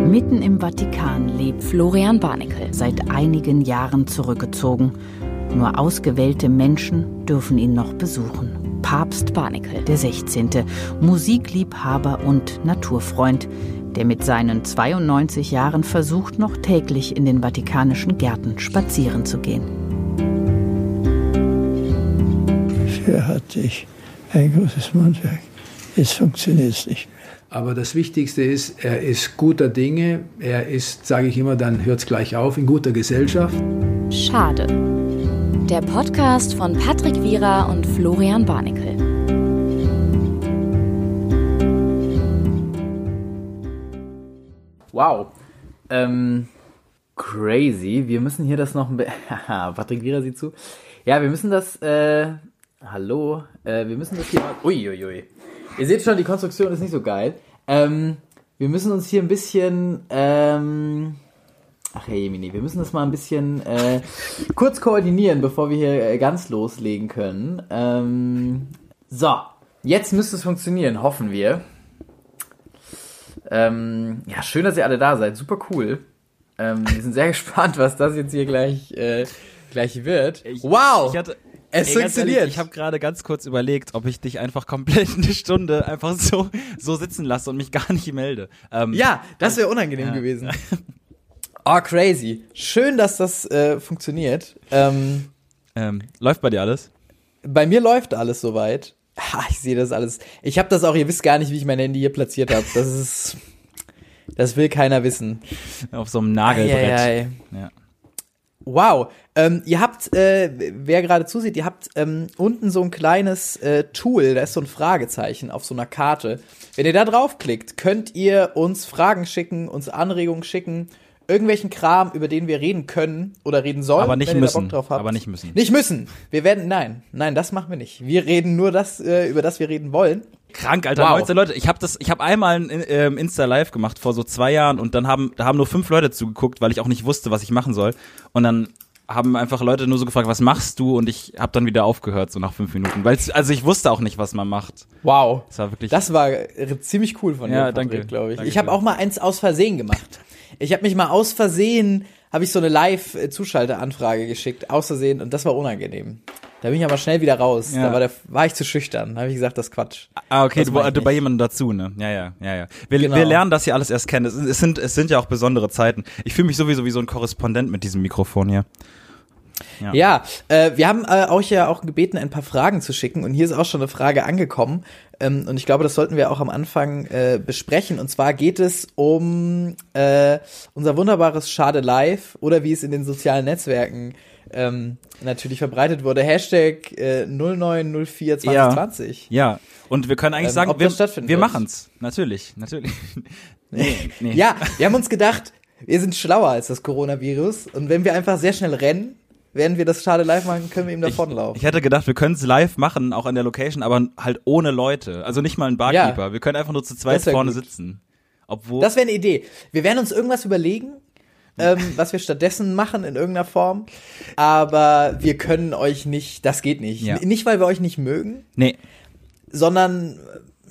Mitten im Vatikan lebt Florian Barnikel, seit einigen Jahren zurückgezogen. Nur ausgewählte Menschen dürfen ihn noch besuchen. Papst Barnikel, der 16., Musikliebhaber und Naturfreund, der mit seinen 92 Jahren versucht, noch täglich in den vatikanischen Gärten spazieren zu gehen. Früher hatte ich ein großes Mundwerk, jetzt funktioniert es nicht mehr. Aber das Wichtigste ist, er ist guter Dinge, er ist, sage ich immer, dann hört es gleich auf, in guter Gesellschaft. Schade. Der Podcast von Patrick Wierer und Florian Barnikel. Wow. Crazy. Wir müssen hier das noch ein bisschen... Patrick Wierer sieht zu. Ja, wir müssen das... Hallo. Wir müssen das hier... Uiuiui. Ihr seht schon, die Konstruktion ist nicht so geil. Wir müssen uns hier ein bisschen... Ach hey, Jemini, wir müssen das mal ein bisschen kurz koordinieren, bevor wir hier ganz loslegen können. So, jetzt müsste es funktionieren, hoffen wir. Ja, schön, dass ihr alle da seid, super cool. Wir sind sehr gespannt, was das jetzt hier gleich wird. Wow! Es funktioniert. Ehrlich, ich habe gerade ganz kurz überlegt, ob ich dich einfach komplett eine Stunde einfach so sitzen lasse und mich gar nicht melde. Ja, das wäre unangenehm gewesen. Oh, crazy. Schön, dass das funktioniert. Läuft bei dir alles? Bei mir läuft alles soweit. Ich sehe das alles. Ich habe das auch, ihr wisst gar nicht, wie ich mein Handy hier platziert habe. Das will keiner wissen. Auf so einem Nagelbrett. Ja. Wow. Ihr habt, wer gerade zusieht, ihr habt unten so ein kleines Tool, da ist so ein Fragezeichen auf so einer Karte. Wenn ihr da draufklickt, könnt ihr uns Fragen schicken, uns Anregungen schicken, irgendwelchen Kram, über den wir reden können oder reden sollen, aber nicht wenn ihr müssen. da Bock drauf habt. Aber nicht müssen. Nicht müssen. Wir werden, nein, das machen wir nicht. Wir reden nur das, über das wir reden wollen. Krank, Alter. Wow. 19 Leute. Ich habe einmal ein Insta-Live gemacht vor so 2 Jahren und dann haben nur 5 Leute zugeguckt, weil ich auch nicht wusste, was ich machen soll. Und dann haben einfach Leute nur so gefragt, was machst du? Und ich habe dann wieder aufgehört, so nach 5 Minuten. Also ich wusste auch nicht, was man macht. Wow. Das war ziemlich cool von dir, ja, danke, glaube ich. Danke ich habe auch mal eins aus Versehen gemacht. Ich habe mich mal aus Versehen, habe ich so eine Live-Zuschalteranfrage geschickt, aus Versehen, und das war unangenehm. Da bin ich aber schnell wieder raus. Ja. Da war ich zu schüchtern. Da habe ich gesagt, das ist Quatsch. Ah, okay, du bei jemandem dazu, ne? Ja. Genau. Wir lernen das hier alles erst kennen. Es sind ja auch besondere Zeiten. Ich fühle mich sowieso wie so ein Korrespondent mit diesem Mikrofon hier. Ja, wir haben euch ja auch gebeten, ein paar Fragen zu schicken, und hier ist auch schon eine Frage angekommen, und ich glaube, das sollten wir auch am Anfang besprechen, und zwar geht es um unser wunderbares Schade Live, oder wie es in den sozialen Netzwerken natürlich verbreitet wurde, Hashtag 09042020. Ja, und wir können eigentlich sagen, wir wird. machen's. Natürlich. Nee. Ja, wir haben uns gedacht, wir sind schlauer als das Coronavirus, und wenn wir einfach sehr schnell rennen, während wir das Schade live machen, können wir ihm davonlaufen. Ich hätte gedacht, wir können es live machen, auch an der Location, aber halt ohne Leute. Also nicht mal ein Barkeeper. Ja. Wir können einfach nur zu zweit vorne sitzen. Das wäre eine Idee. Wir werden uns irgendwas überlegen, was wir stattdessen machen in irgendeiner Form. Aber wir können euch nicht, das geht nicht. Ja. Nicht, weil wir euch nicht mögen. Nee. Sondern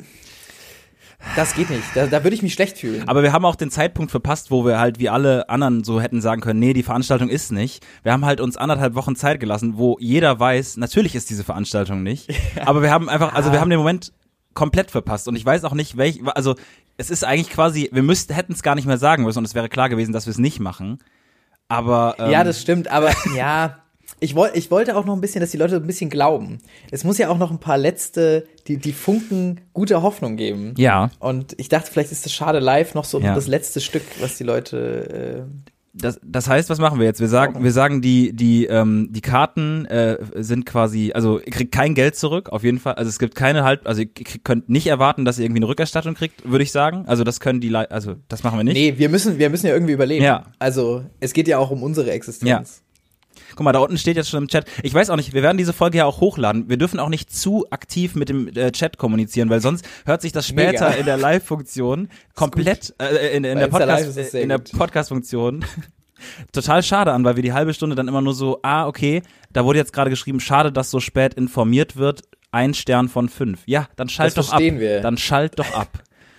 das geht nicht. Da würde ich mich schlecht fühlen. Aber wir haben auch den Zeitpunkt verpasst, wo wir halt wie alle anderen so hätten sagen können, nee, die Veranstaltung ist nicht. Wir haben halt uns 1,5 Wochen Zeit gelassen, wo jeder weiß, natürlich ist diese Veranstaltung nicht. Aber wir haben einfach, wir haben den Moment komplett verpasst. Und ich weiß auch nicht, also es ist eigentlich quasi, wir hätten es gar nicht mehr sagen müssen, und es wäre klar gewesen, dass wir es nicht machen. Aber ja, das stimmt, aber ja, ich wollte auch noch ein bisschen, dass die Leute ein bisschen glauben. Es muss ja auch noch ein paar die Funken guter Hoffnung geben. Ja. Und ich dachte, vielleicht ist das Schade live noch so das letzte Stück, was die Leute Das heißt, was machen wir jetzt? Wir sagen, die Karten sind quasi, also ihr kriegt kein Geld zurück, auf jeden Fall. Also es gibt keine ihr könnt nicht erwarten, dass ihr irgendwie eine Rückerstattung kriegt, würde ich sagen. Also das können das machen wir nicht. Nee, wir müssen ja irgendwie überleben. Ja. Also es geht ja auch um unsere Existenz. Ja. Guck mal, da unten steht jetzt schon im Chat. Ich weiß auch nicht, wir werden diese Folge ja auch hochladen. Wir dürfen auch nicht zu aktiv mit dem Chat kommunizieren, weil sonst hört sich das später in der Live-Funktion komplett, in der Podcast-Funktion total schade an, weil wir die halbe Stunde dann immer nur so, okay, da wurde jetzt gerade geschrieben, schade, dass so spät informiert wird, 1 Stern von 5. Ja, dann schalt doch ab. Dann schalt doch ab.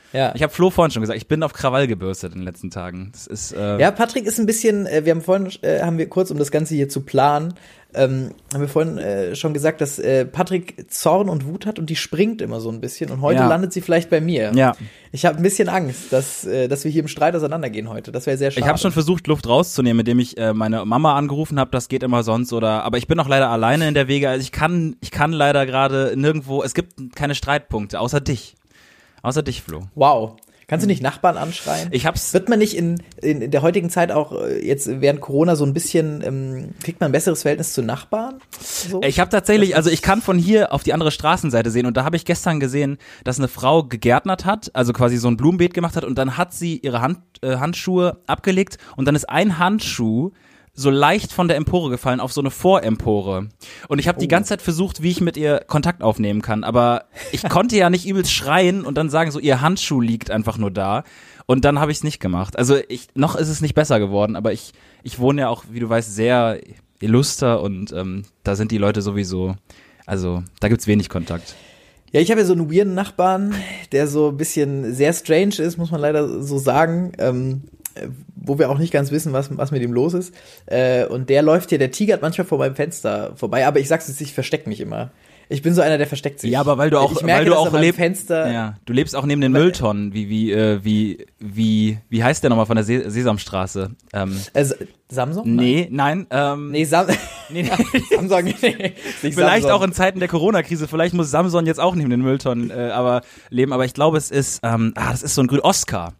Ja. Ich habe Flo vorhin schon gesagt, ich bin auf Krawall gebürstet in den letzten Tagen. Das ist, Ja, Patrick ist ein bisschen, wir haben vorhin, haben wir kurz, um das Ganze hier zu planen, haben wir vorhin schon gesagt, dass Patrick Zorn und Wut hat und die springt immer so ein bisschen und heute landet sie vielleicht bei mir. Ja. Ich habe ein bisschen Angst, dass wir hier im Streit auseinandergehen heute. Das wäre sehr schade. Ich habe schon versucht, Luft rauszunehmen, indem ich meine Mama angerufen habe, das geht immer sonst aber ich bin auch leider alleine in der Wege, also ich kann leider gerade nirgendwo, es gibt keine Streitpunkte, außer dich. Außer dich, Flo. Wow. Kannst du nicht Nachbarn anschreien? Wird man nicht in der heutigen Zeit auch jetzt während Corona so ein bisschen, kriegt man ein besseres Verhältnis zu Nachbarn? So? Ich habe tatsächlich, also ich kann von hier auf die andere Straßenseite sehen und da habe ich gestern gesehen, dass eine Frau gegärtnert hat, also quasi so ein Blumenbeet gemacht hat und dann hat sie ihre Handschuhe abgelegt und dann ist ein Handschuh so leicht von der Empore gefallen auf so eine Vorempore. Und ich habe die ganze Zeit versucht, wie ich mit ihr Kontakt aufnehmen kann, aber ich konnte ja nicht übelst schreien und dann sagen, so ihr Handschuh liegt einfach nur da. Und dann habe ich es nicht gemacht. Also noch ist es nicht besser geworden, aber ich wohne ja auch, wie du weißt, sehr illuster und da sind die Leute sowieso, also da gibt's wenig Kontakt. Ja, ich habe ja so einen weirden Nachbarn, der so ein bisschen sehr strange ist, muss man leider so sagen, wo wir auch nicht ganz wissen, was mit ihm los ist. Und der läuft hier, der tigert manchmal vor meinem Fenster vorbei, aber ich sag's jetzt, ich verstecke mich immer. Ich bin so einer, der versteckt sich. Ja, aber weil du auch, ich merke, weil du auch lebst, Fenster. Ja, du lebst auch neben den Mülltonnen, wie heißt der nochmal von der Sesamstraße? Samsung? Nein. Nee, Samsung, nee. Vielleicht Samsung. auch in Zeiten der Corona-Krise, vielleicht muss Samsung jetzt auch neben den Mülltonnen leben, aber ich glaube, es ist, das ist so ein Grün, Oscar.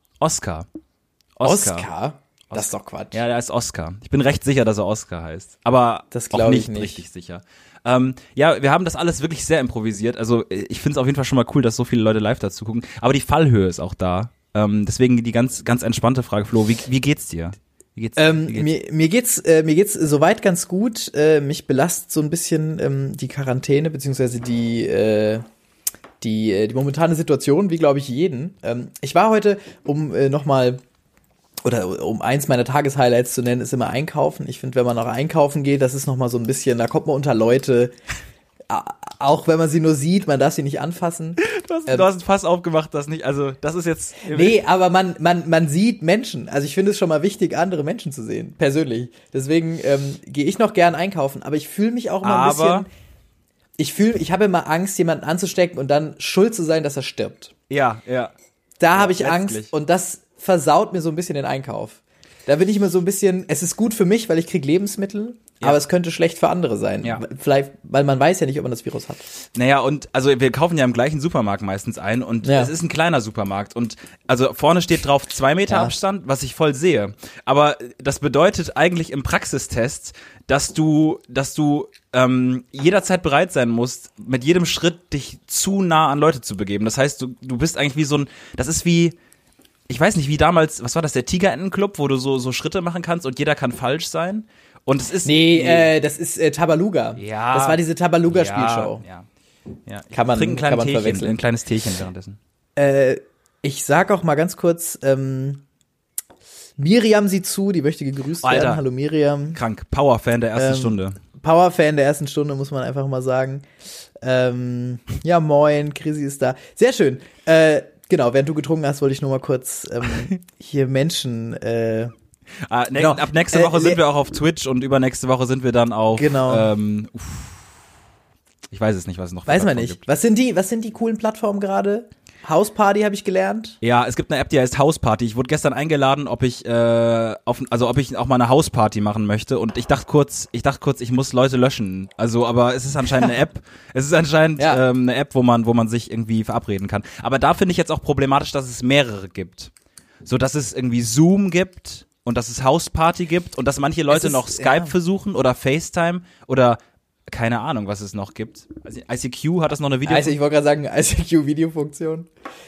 Das ist doch Quatsch. Ja, der heißt Oscar. Ich bin recht sicher, dass er Oscar heißt. Aber das auch nicht richtig sicher. Ja, wir haben das alles wirklich sehr improvisiert. Also ich finde es auf jeden Fall schon mal cool, dass so viele Leute live dazu gucken. Aber die Fallhöhe ist auch da. Deswegen die ganz entspannte Frage, Flo, wie geht's dir? Mir geht's soweit ganz gut. Mich belastet so ein bisschen die Quarantäne, beziehungsweise die momentane Situation, wie glaube ich jeden. Ich war heute, um eins meiner Tageshighlights zu nennen, ist immer einkaufen. Ich finde, wenn man noch einkaufen geht, das ist nochmal so ein bisschen, da kommt man unter Leute, auch wenn man sie nur sieht, man darf sie nicht anfassen. Du hast ein Fass aufgemacht, das nicht, also das ist jetzt... Nee, aber man sieht Menschen. Also ich finde es schon mal wichtig, andere Menschen zu sehen, persönlich. Deswegen gehe ich noch gern einkaufen, aber ich fühle mich auch immer ein bisschen... Ich habe immer Angst, jemanden anzustecken und dann schuld zu sein, dass er stirbt. Ja. Da habe ich Angst und das versaut mir so ein bisschen den Einkauf. Da bin ich immer so ein bisschen, es ist gut für mich, weil ich kriege Lebensmittel, aber es könnte schlecht für andere sein. Ja. Vielleicht, weil man weiß ja nicht, ob man das Virus hat. Naja, und also wir kaufen ja im gleichen Supermarkt meistens ein und es ist ein kleiner Supermarkt und also vorne steht drauf 2 Meter Abstand, was ich voll sehe. Aber das bedeutet eigentlich im Praxistest, dass du jederzeit bereit sein musst, mit jedem Schritt dich zu nah an Leute zu begeben. Das heißt, du bist eigentlich wie so ein, das ist wie, ich weiß nicht, wie damals, was war das, der Tigerentenclub, wo du so Schritte machen kannst und jeder kann falsch sein. Und es ist das ist Tabaluga. Ja. Das war diese Tabaluga-Spielshow. Ja. Kann man verwechseln. Ein kleines Teechen währenddessen. Ich sag auch mal ganz kurz, Miriam sieht zu, die möchte gegrüßt werden. Hallo Miriam. Krank. Power-Fan der ersten Stunde. Power-Fan der ersten Stunde, muss man einfach mal sagen. Ja, moin, Chrissy ist da. Sehr schön. Genau, während du getrunken hast, wollte ich nur mal kurz hier Menschen genau. Ab nächste Woche sind wir auch auf Twitch und übernächste Woche sind wir dann auf genau. Ich weiß es nicht, was es noch weiß man nicht. Gibt. Was sind die coolen Plattformen gerade? Hausparty habe ich gelernt. Ja, es gibt eine App, die heißt Hausparty. Ich wurde gestern eingeladen, ob ich auch mal eine Hausparty machen möchte und ich dachte kurz, ich muss Leute löschen. Also, aber es ist anscheinend eine App. Es ist anscheinend eine App, wo man sich irgendwie verabreden kann. Aber da finde ich jetzt auch problematisch, dass es mehrere gibt. So, dass es irgendwie Zoom gibt und dass es Hausparty gibt und dass manche Leute noch Skype versuchen oder FaceTime oder keine Ahnung, was es noch gibt. Also ICQ hat das noch eine Videofunktion? Ich wollte gerade sagen, ICQ-Videofunktion.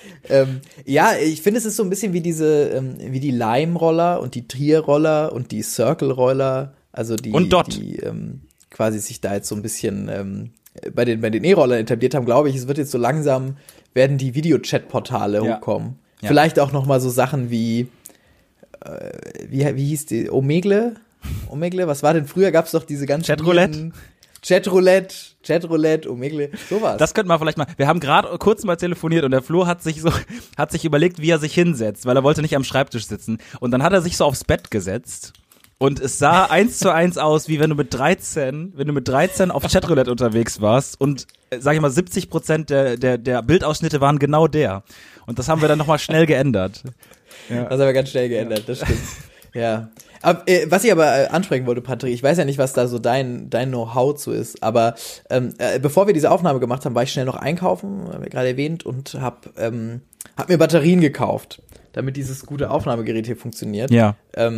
Ja, ich finde, es ist so ein bisschen wie wie die Lime-Roller und die Trier-Roller und die Circle-Roller, also die quasi sich da jetzt so ein bisschen bei den E-Rollern etabliert haben, glaube ich, es wird jetzt so langsam, werden die Video-Chat-Portale hochkommen. Ja. Vielleicht auch noch mal so Sachen wie hieß die, Omegle, was war denn früher, gab's doch diese ganz Chatroulette? Chatroulette, Omegle, sowas. Das könnte man vielleicht mal. Wir haben gerade kurz mal telefoniert und der Flo hat sich überlegt, wie er sich hinsetzt, weil er wollte nicht am Schreibtisch sitzen. Und dann hat er sich so aufs Bett gesetzt. Und es sah 1:1 aus, wie wenn du mit 13 auf Chatroulette unterwegs warst und, sag ich mal, 70% der Bildausschnitte waren genau der. Und das haben wir dann nochmal schnell geändert. Ja. Das haben wir ganz schnell geändert, das stimmt. Ja. Aber, was ich aber ansprechen wollte, Patrick, ich weiß ja nicht, was da so dein Know-how zu ist, aber bevor wir diese Aufnahme gemacht haben, war ich schnell noch einkaufen, haben wir gerade erwähnt, und hab mir Batterien gekauft, damit dieses gute Aufnahmegerät hier funktioniert. Ja.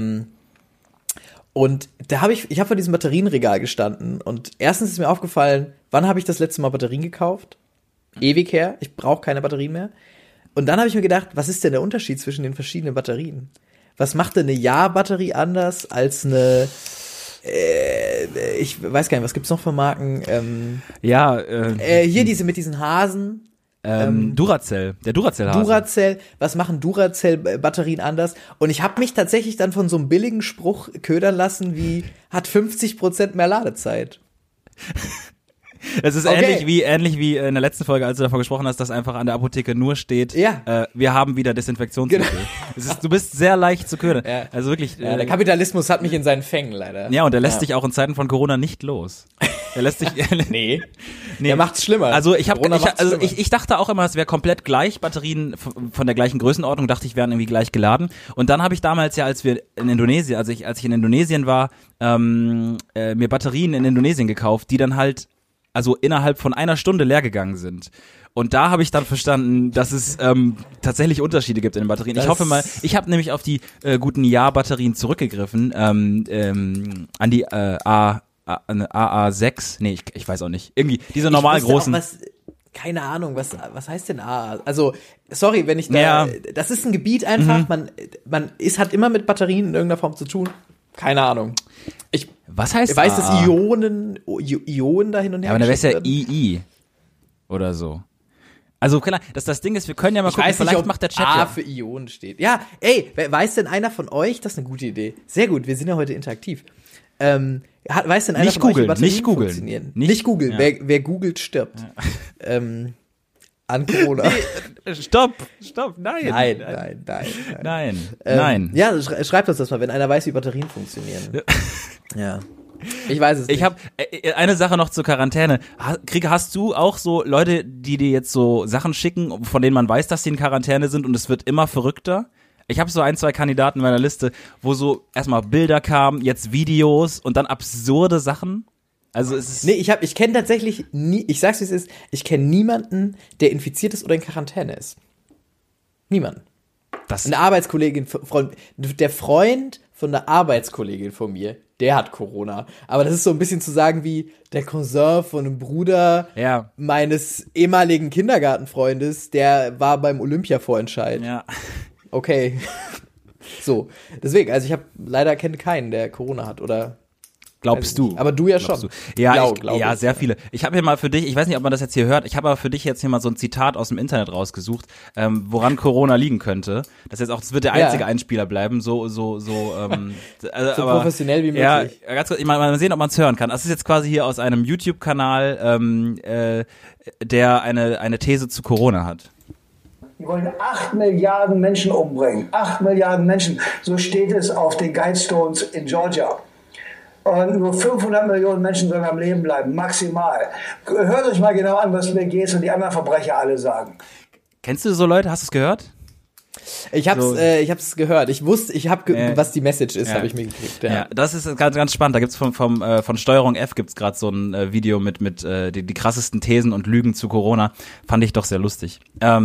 Und da habe ich vor diesem Batterienregal gestanden und erstens ist mir aufgefallen, wann habe ich das letzte Mal Batterien gekauft? Ewig her, ich brauche keine Batterien mehr. Und dann habe ich mir gedacht, was ist denn der Unterschied zwischen den verschiedenen Batterien? Was macht denn eine Ja-Batterie anders als eine, ich weiß gar nicht, was gibt's noch für Marken? Hier diese mit diesen Hasen. Duracell, der Duracell-Hase. Duracell, was machen Duracell-Batterien anders? Und ich habe mich tatsächlich dann von so einem billigen Spruch ködern lassen, wie, hat 50% mehr Ladezeit. Es ist ähnlich wie in der letzten Folge, als du davon gesprochen hast, dass einfach an der Apotheke nur steht, wir haben wieder Desinfektionsmittel. Genau. Du bist sehr leicht zu ködern. Ja. Also wirklich. Ja, der Kapitalismus hat mich in seinen Fängen leider. Ja, und er lässt dich auch in Zeiten von Corona nicht los. Er lässt dich. Nee. Er macht's schlimmer. Also ich dachte auch immer, es wäre komplett gleich, Batterien von der gleichen Größenordnung, dachte ich, wären irgendwie gleich geladen. Und dann habe ich damals ja, als ich in Indonesien war, mir Batterien in Indonesien gekauft, die dann halt also innerhalb von einer Stunde leer gegangen sind. Und da habe ich dann verstanden, dass es tatsächlich Unterschiede gibt in den Batterien. Ich hoffe mal, ich habe nämlich auf die guten Ja-Batterien zurückgegriffen, an die AA6, nee, ich weiß auch nicht. Irgendwie diese normal großen. Keine Ahnung, was heißt denn AA? Also, sorry, wenn ich da, das ist ein Gebiet einfach, man hat immer mit Batterien in irgendeiner Form zu tun. Keine Ahnung. Was heißt ich weiß, dass Ionen da hin und her. Ja, aber da wäre es ja II oder so. Also, klar, das Ding ist, wir können ja mal gucken, vielleicht nicht, macht der Chat A für Ionen steht. Ja, ey, weiß denn einer von euch, das ist eine gute Idee. Sehr gut, wir sind ja heute interaktiv. Weiß denn einer nicht von googeln, euch, wie Batterien funktionieren? Nicht googeln, ja. Wer googelt, stirbt. Ja. An Corona. Nee, stopp, nein. Nein. Ja, schreibt uns das mal, wenn einer weiß, wie Batterien funktionieren. Ja. Ich weiß es nicht. Ich habe eine Sache noch zur Quarantäne. Hast du auch so Leute, die dir jetzt so Sachen schicken, von denen man weiß, dass sie in Quarantäne sind und es wird immer verrückter? Ich habe so 1-2 Kandidaten in meiner Liste, wo so erstmal Bilder kamen, jetzt Videos und dann absurde Sachen. Also es ist ich kenne tatsächlich ich sag's wie es ist, ich kenne niemanden, der infiziert ist oder in Quarantäne ist. Niemanden. Eine Arbeitskollegin, der Freund von einer Arbeitskollegin von mir, der hat Corona. Aber das ist so ein bisschen zu sagen wie der Cousin von einem Bruder meines ehemaligen Kindergartenfreundes, der war beim Olympia-Vorentscheid. Ja. Okay. So, deswegen, also ich kenne keinen, der Corona hat, oder? Glaubst du? Aber du ja schon. Du? Ja, sehr viele. Ich habe hier mal für dich, ich weiß nicht, ob man das jetzt hier hört, ich habe aber für dich jetzt hier mal so ein Zitat aus dem Internet rausgesucht, woran Corona liegen könnte. Das wird der einzige Einspieler bleiben, so professionell wie möglich. Ja, ganz kurz, mal sehen, ob man es hören kann. Das ist jetzt quasi hier aus einem YouTube-Kanal, der eine These zu Corona hat. Die wollen 8 Milliarden Menschen umbringen. 8 Milliarden Menschen. So steht es auf den Guidestones in Georgia. Und nur 500 Millionen Menschen sollen am Leben bleiben, maximal. Hört euch mal genau an, was Bill Gates und die anderen Verbrecher alle sagen. Kennst du so Leute? Hast du es gehört? Ich hab's gehört. Was die Message ist, habe ich mir gekriegt. Ja, das ist ganz, ganz spannend. Da gibt's von Steuerung F gibt's gerade so ein Video mit die krassesten Thesen und Lügen zu Corona. Fand ich doch sehr lustig.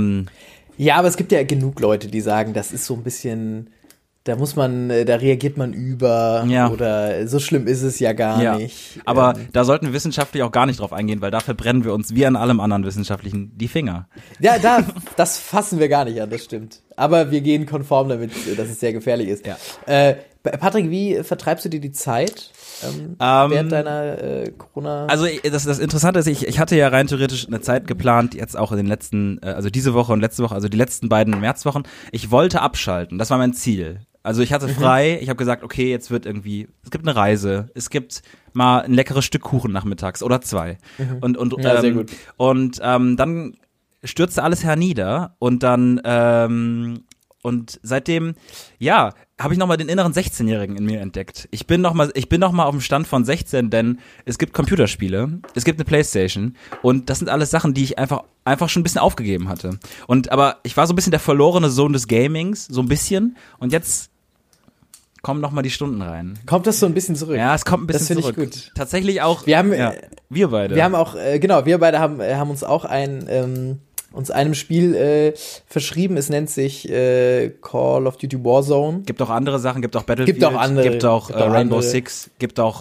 Ja, aber es gibt ja genug Leute, die sagen, das ist so ein bisschen, da reagiert man über oder so schlimm ist es ja gar nicht. Aber da sollten wir wissenschaftlich auch gar nicht drauf eingehen, weil da verbrennen wir uns wie an allem anderen Wissenschaftlichen die Finger. Ja, das fassen wir gar nicht an, das stimmt. Aber wir gehen konform damit, dass es sehr gefährlich ist. Ja. Patrick, wie vertreibst du dir die Zeit während deiner Corona? Also das Interessante ist, ich hatte ja rein theoretisch eine Zeit geplant, jetzt auch in den letzten, also diese Woche und letzte Woche, also die letzten beiden Märzwochen. Ich wollte abschalten, das war mein Ziel. Also ich hatte frei, ich habe gesagt, okay, jetzt wird irgendwie, es gibt eine Reise, es gibt mal ein leckeres Stück Kuchen nachmittags oder 2. Ja, sehr gut. Und dann stürzte alles hernieder und dann und seitdem, ja, habe ich nochmal den inneren 16-Jährigen in mir entdeckt. Ich bin noch mal auf dem Stand von 16, denn es gibt Computerspiele, es gibt eine Playstation und das sind alles Sachen, die ich einfach schon ein bisschen aufgegeben hatte. Aber ich war so ein bisschen der verlorene Sohn des Gamings, so ein bisschen, und jetzt kommen nochmal die Stunden rein. Kommt das so ein bisschen zurück? Ja, es kommt ein bisschen das zurück. Das finde ich gut. Tatsächlich auch, wir beide. Wir haben auch, wir beide haben uns auch uns einem Spiel verschrieben. Es nennt sich Call of Duty Warzone. Gibt auch andere Sachen, gibt auch Battlefield, gibt auch Rainbow Six, gibt auch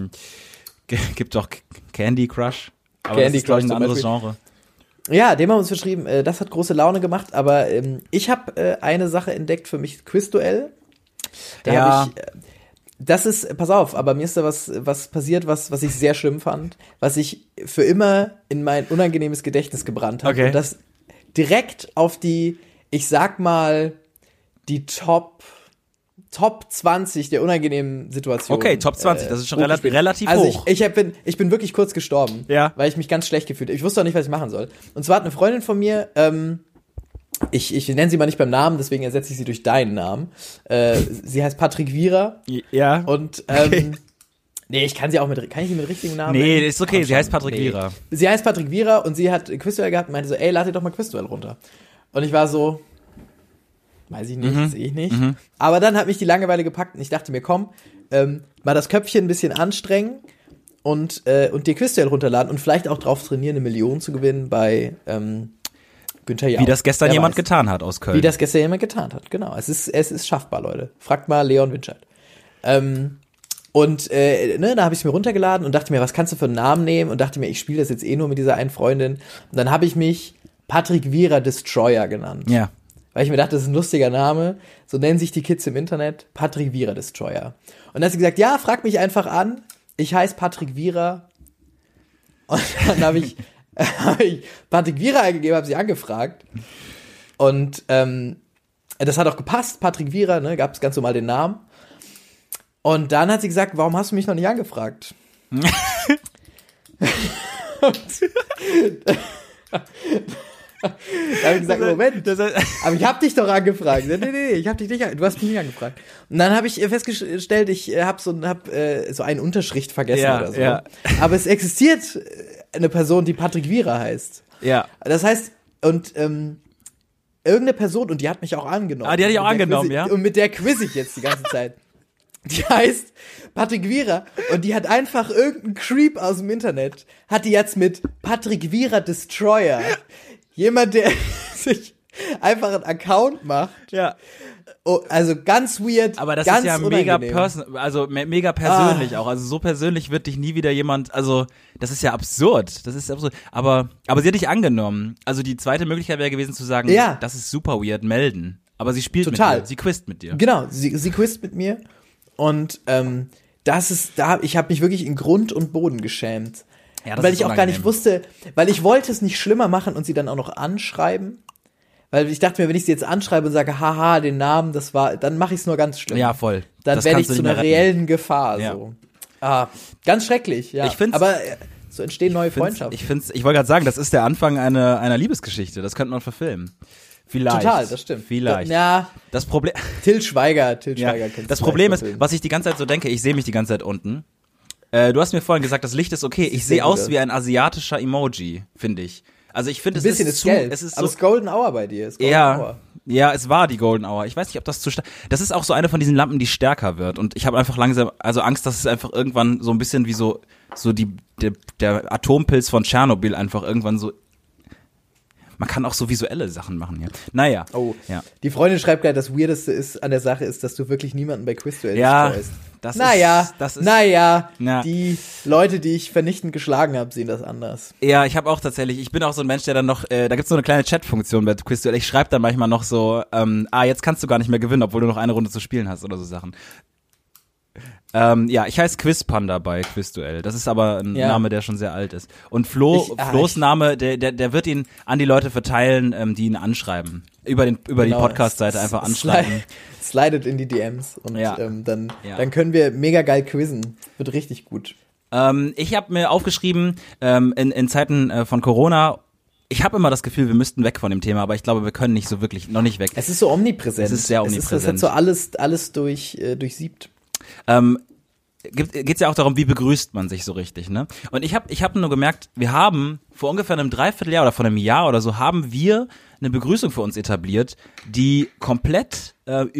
Candy Crush. Aber Candy das ist, glaube ich, ein Crush anderes Genre. Ja, dem haben wir uns verschrieben. Das hat große Laune gemacht, aber ich habe eine Sache entdeckt für mich, Quizduell. Das ist, pass auf, aber mir ist da was passiert, was ich sehr schlimm fand, was ich für immer in mein unangenehmes Gedächtnis gebrannt habe. Okay. Und das direkt auf die, ich sag mal, die Top 20 der unangenehmen Situationen. Okay, Top 20, das ist schon relativ also hoch. Ich bin wirklich kurz gestorben, weil ich mich ganz schlecht gefühlt habe. Ich wusste auch nicht, was ich machen soll. Und zwar hat eine Freundin von mir, ich nenne sie mal nicht beim Namen, deswegen ersetze ich sie durch deinen Namen. Sie heißt Patrick Vierer. Ja. Und nee, kann ich sie mit richtigen Namen nennen? Nee, ist okay, sie heißt Patrick Vierer. Sie heißt Patrick Vierer und sie hat Quizduell gehabt und meinte so, ey, lad dir doch mal Quizduell runter. Und ich war so, weiß ich nicht, sehe ich nicht. Aber dann hat mich die Langeweile gepackt und ich dachte mir, komm, mal das Köpfchen ein bisschen anstrengen und dir Quizduell runterladen und vielleicht auch drauf trainieren, 1 Million zu gewinnen bei Günther Jauch. Wie das gestern jemand getan hat aus Köln. Wie das gestern jemand getan hat, genau. Es ist schaffbar, Leute. Fragt mal Leon Winscheid. Da habe ich es mir runtergeladen und dachte mir, was kannst du für einen Namen nehmen? Und dachte mir, ich spiele das jetzt nur mit dieser einen Freundin. Und dann habe ich mich Patrick Vierer Destroyer genannt. Ja. Weil ich mir dachte, das ist ein lustiger Name. So nennen sich die Kids im Internet. Patrick Vierer Destroyer. Und dann hat sie gesagt, ja, frag mich einfach an. Ich heiße Patrick Vierer. Und dann habe ich Patrick Vierer eingegeben, habe sie angefragt. Und das hat auch gepasst, Patrick Vierer, ne, gab es ganz normal den Namen. Und dann hat sie gesagt, warum hast du mich noch nicht angefragt? Da habe ich gesagt, Moment, aber ich habe dich doch angefragt. Nee, ich habe dich nicht angefragt. Du hast mich nicht angefragt. Und dann habe ich festgestellt, ich habe so eine Unterschrift vergessen oder so. Ja. Aber es existiert eine Person, die Patrick Vierer heißt. Ja. Das heißt, und irgendeine Person, und die hat mich auch angenommen. Ah, die hat dich auch angenommen, ja? Und mit der quiz ich jetzt die ganze Zeit. Die heißt Patrick Vierer und die hat einfach irgendeinen Creep aus dem Internet, hat die jetzt mit Patrick Vierer Destroyer. Jemand, der sich einfach einen Account macht. Ja. Oh, also ganz weird, aber das ganz ist ja mega persönlich auch. Also so persönlich wird dich nie wieder jemand, also das ist ja absurd. Das ist absurd. Aber sie hat dich angenommen. Also die zweite Möglichkeit wäre gewesen zu sagen, das ist super weird, melden. Aber sie spielt mit dir, sie quizt mit dir. Genau, sie quizt mit mir. Und ich habe mich wirklich in Grund und Boden geschämt. Ja, weil ich auch gar nicht wusste, weil ich wollte es nicht schlimmer machen und sie dann auch noch anschreiben. Weil ich dachte mir, wenn ich sie jetzt anschreibe und sage, haha, den Namen, dann mache ich es nur ganz schlimm. Ja, voll. Dann werde ich zu einer reellen Gefahr. Ja. So. Ganz schrecklich, ja. Aber so entstehen neue Freundschaften. Ich wollte gerade sagen, das ist der Anfang einer Liebesgeschichte. Das könnte man verfilmen. Vielleicht. Total, das stimmt. Vielleicht. Ja. Das Problem. Till Schweiger. Das Problem ist, was ich die ganze Zeit so denke, ich sehe mich die ganze Zeit unten. Du hast mir vorhin gesagt, das Licht ist okay. Ich sehe aus wie ein asiatischer Emoji, finde ich. Also ich finde, es ist gelb. Es ist so, aber es ist Golden Hour bei dir. Ja, es war die Golden Hour. Ich weiß nicht, ob das zu stark. Das ist auch so eine von diesen Lampen, die stärker wird. Und ich habe einfach langsam, Angst, dass es einfach irgendwann so ein bisschen wie der Atompilz von Tschernobyl einfach irgendwann so. Man kann auch so visuelle Sachen machen, ja. Naja. Oh, ja. Die Freundin schreibt gleich, das Weirdeste an der Sache ist, dass du wirklich niemanden bei Quizduell destroyst. Die Leute, die ich vernichtend geschlagen habe, sehen das anders. Ja, ich bin auch so ein Mensch, der dann noch, da gibt's so eine kleine Chat-Funktion bei Quizduell. Ich schreibe dann manchmal noch so, jetzt kannst du gar nicht mehr gewinnen, obwohl du noch eine Runde zu spielen hast oder so Sachen. Ich heiße Quizpanda bei Quizduell. Das ist aber ein Name, der schon sehr alt ist. Und Flo's Name, der wird ihn an die Leute verteilen, die ihn anschreiben. Über die Podcast-Seite einfach anschreiben. Slidet in die DMs und dann können wir mega geil quizzen. Wird richtig gut. Ich habe mir aufgeschrieben, in Zeiten von Corona, ich habe immer das Gefühl, wir müssten weg von dem Thema, aber ich glaube, wir können noch nicht weg. Es ist so omnipräsent. Es ist sehr omnipräsent. Es hat so alles durchsiebt. Geht's ja auch darum, wie begrüßt man sich so richtig, ne? Und ich hab nur gemerkt, wir haben vor ungefähr einem Dreivierteljahr oder vor einem Jahr oder so, haben wir eine Begrüßung für uns etabliert, die komplett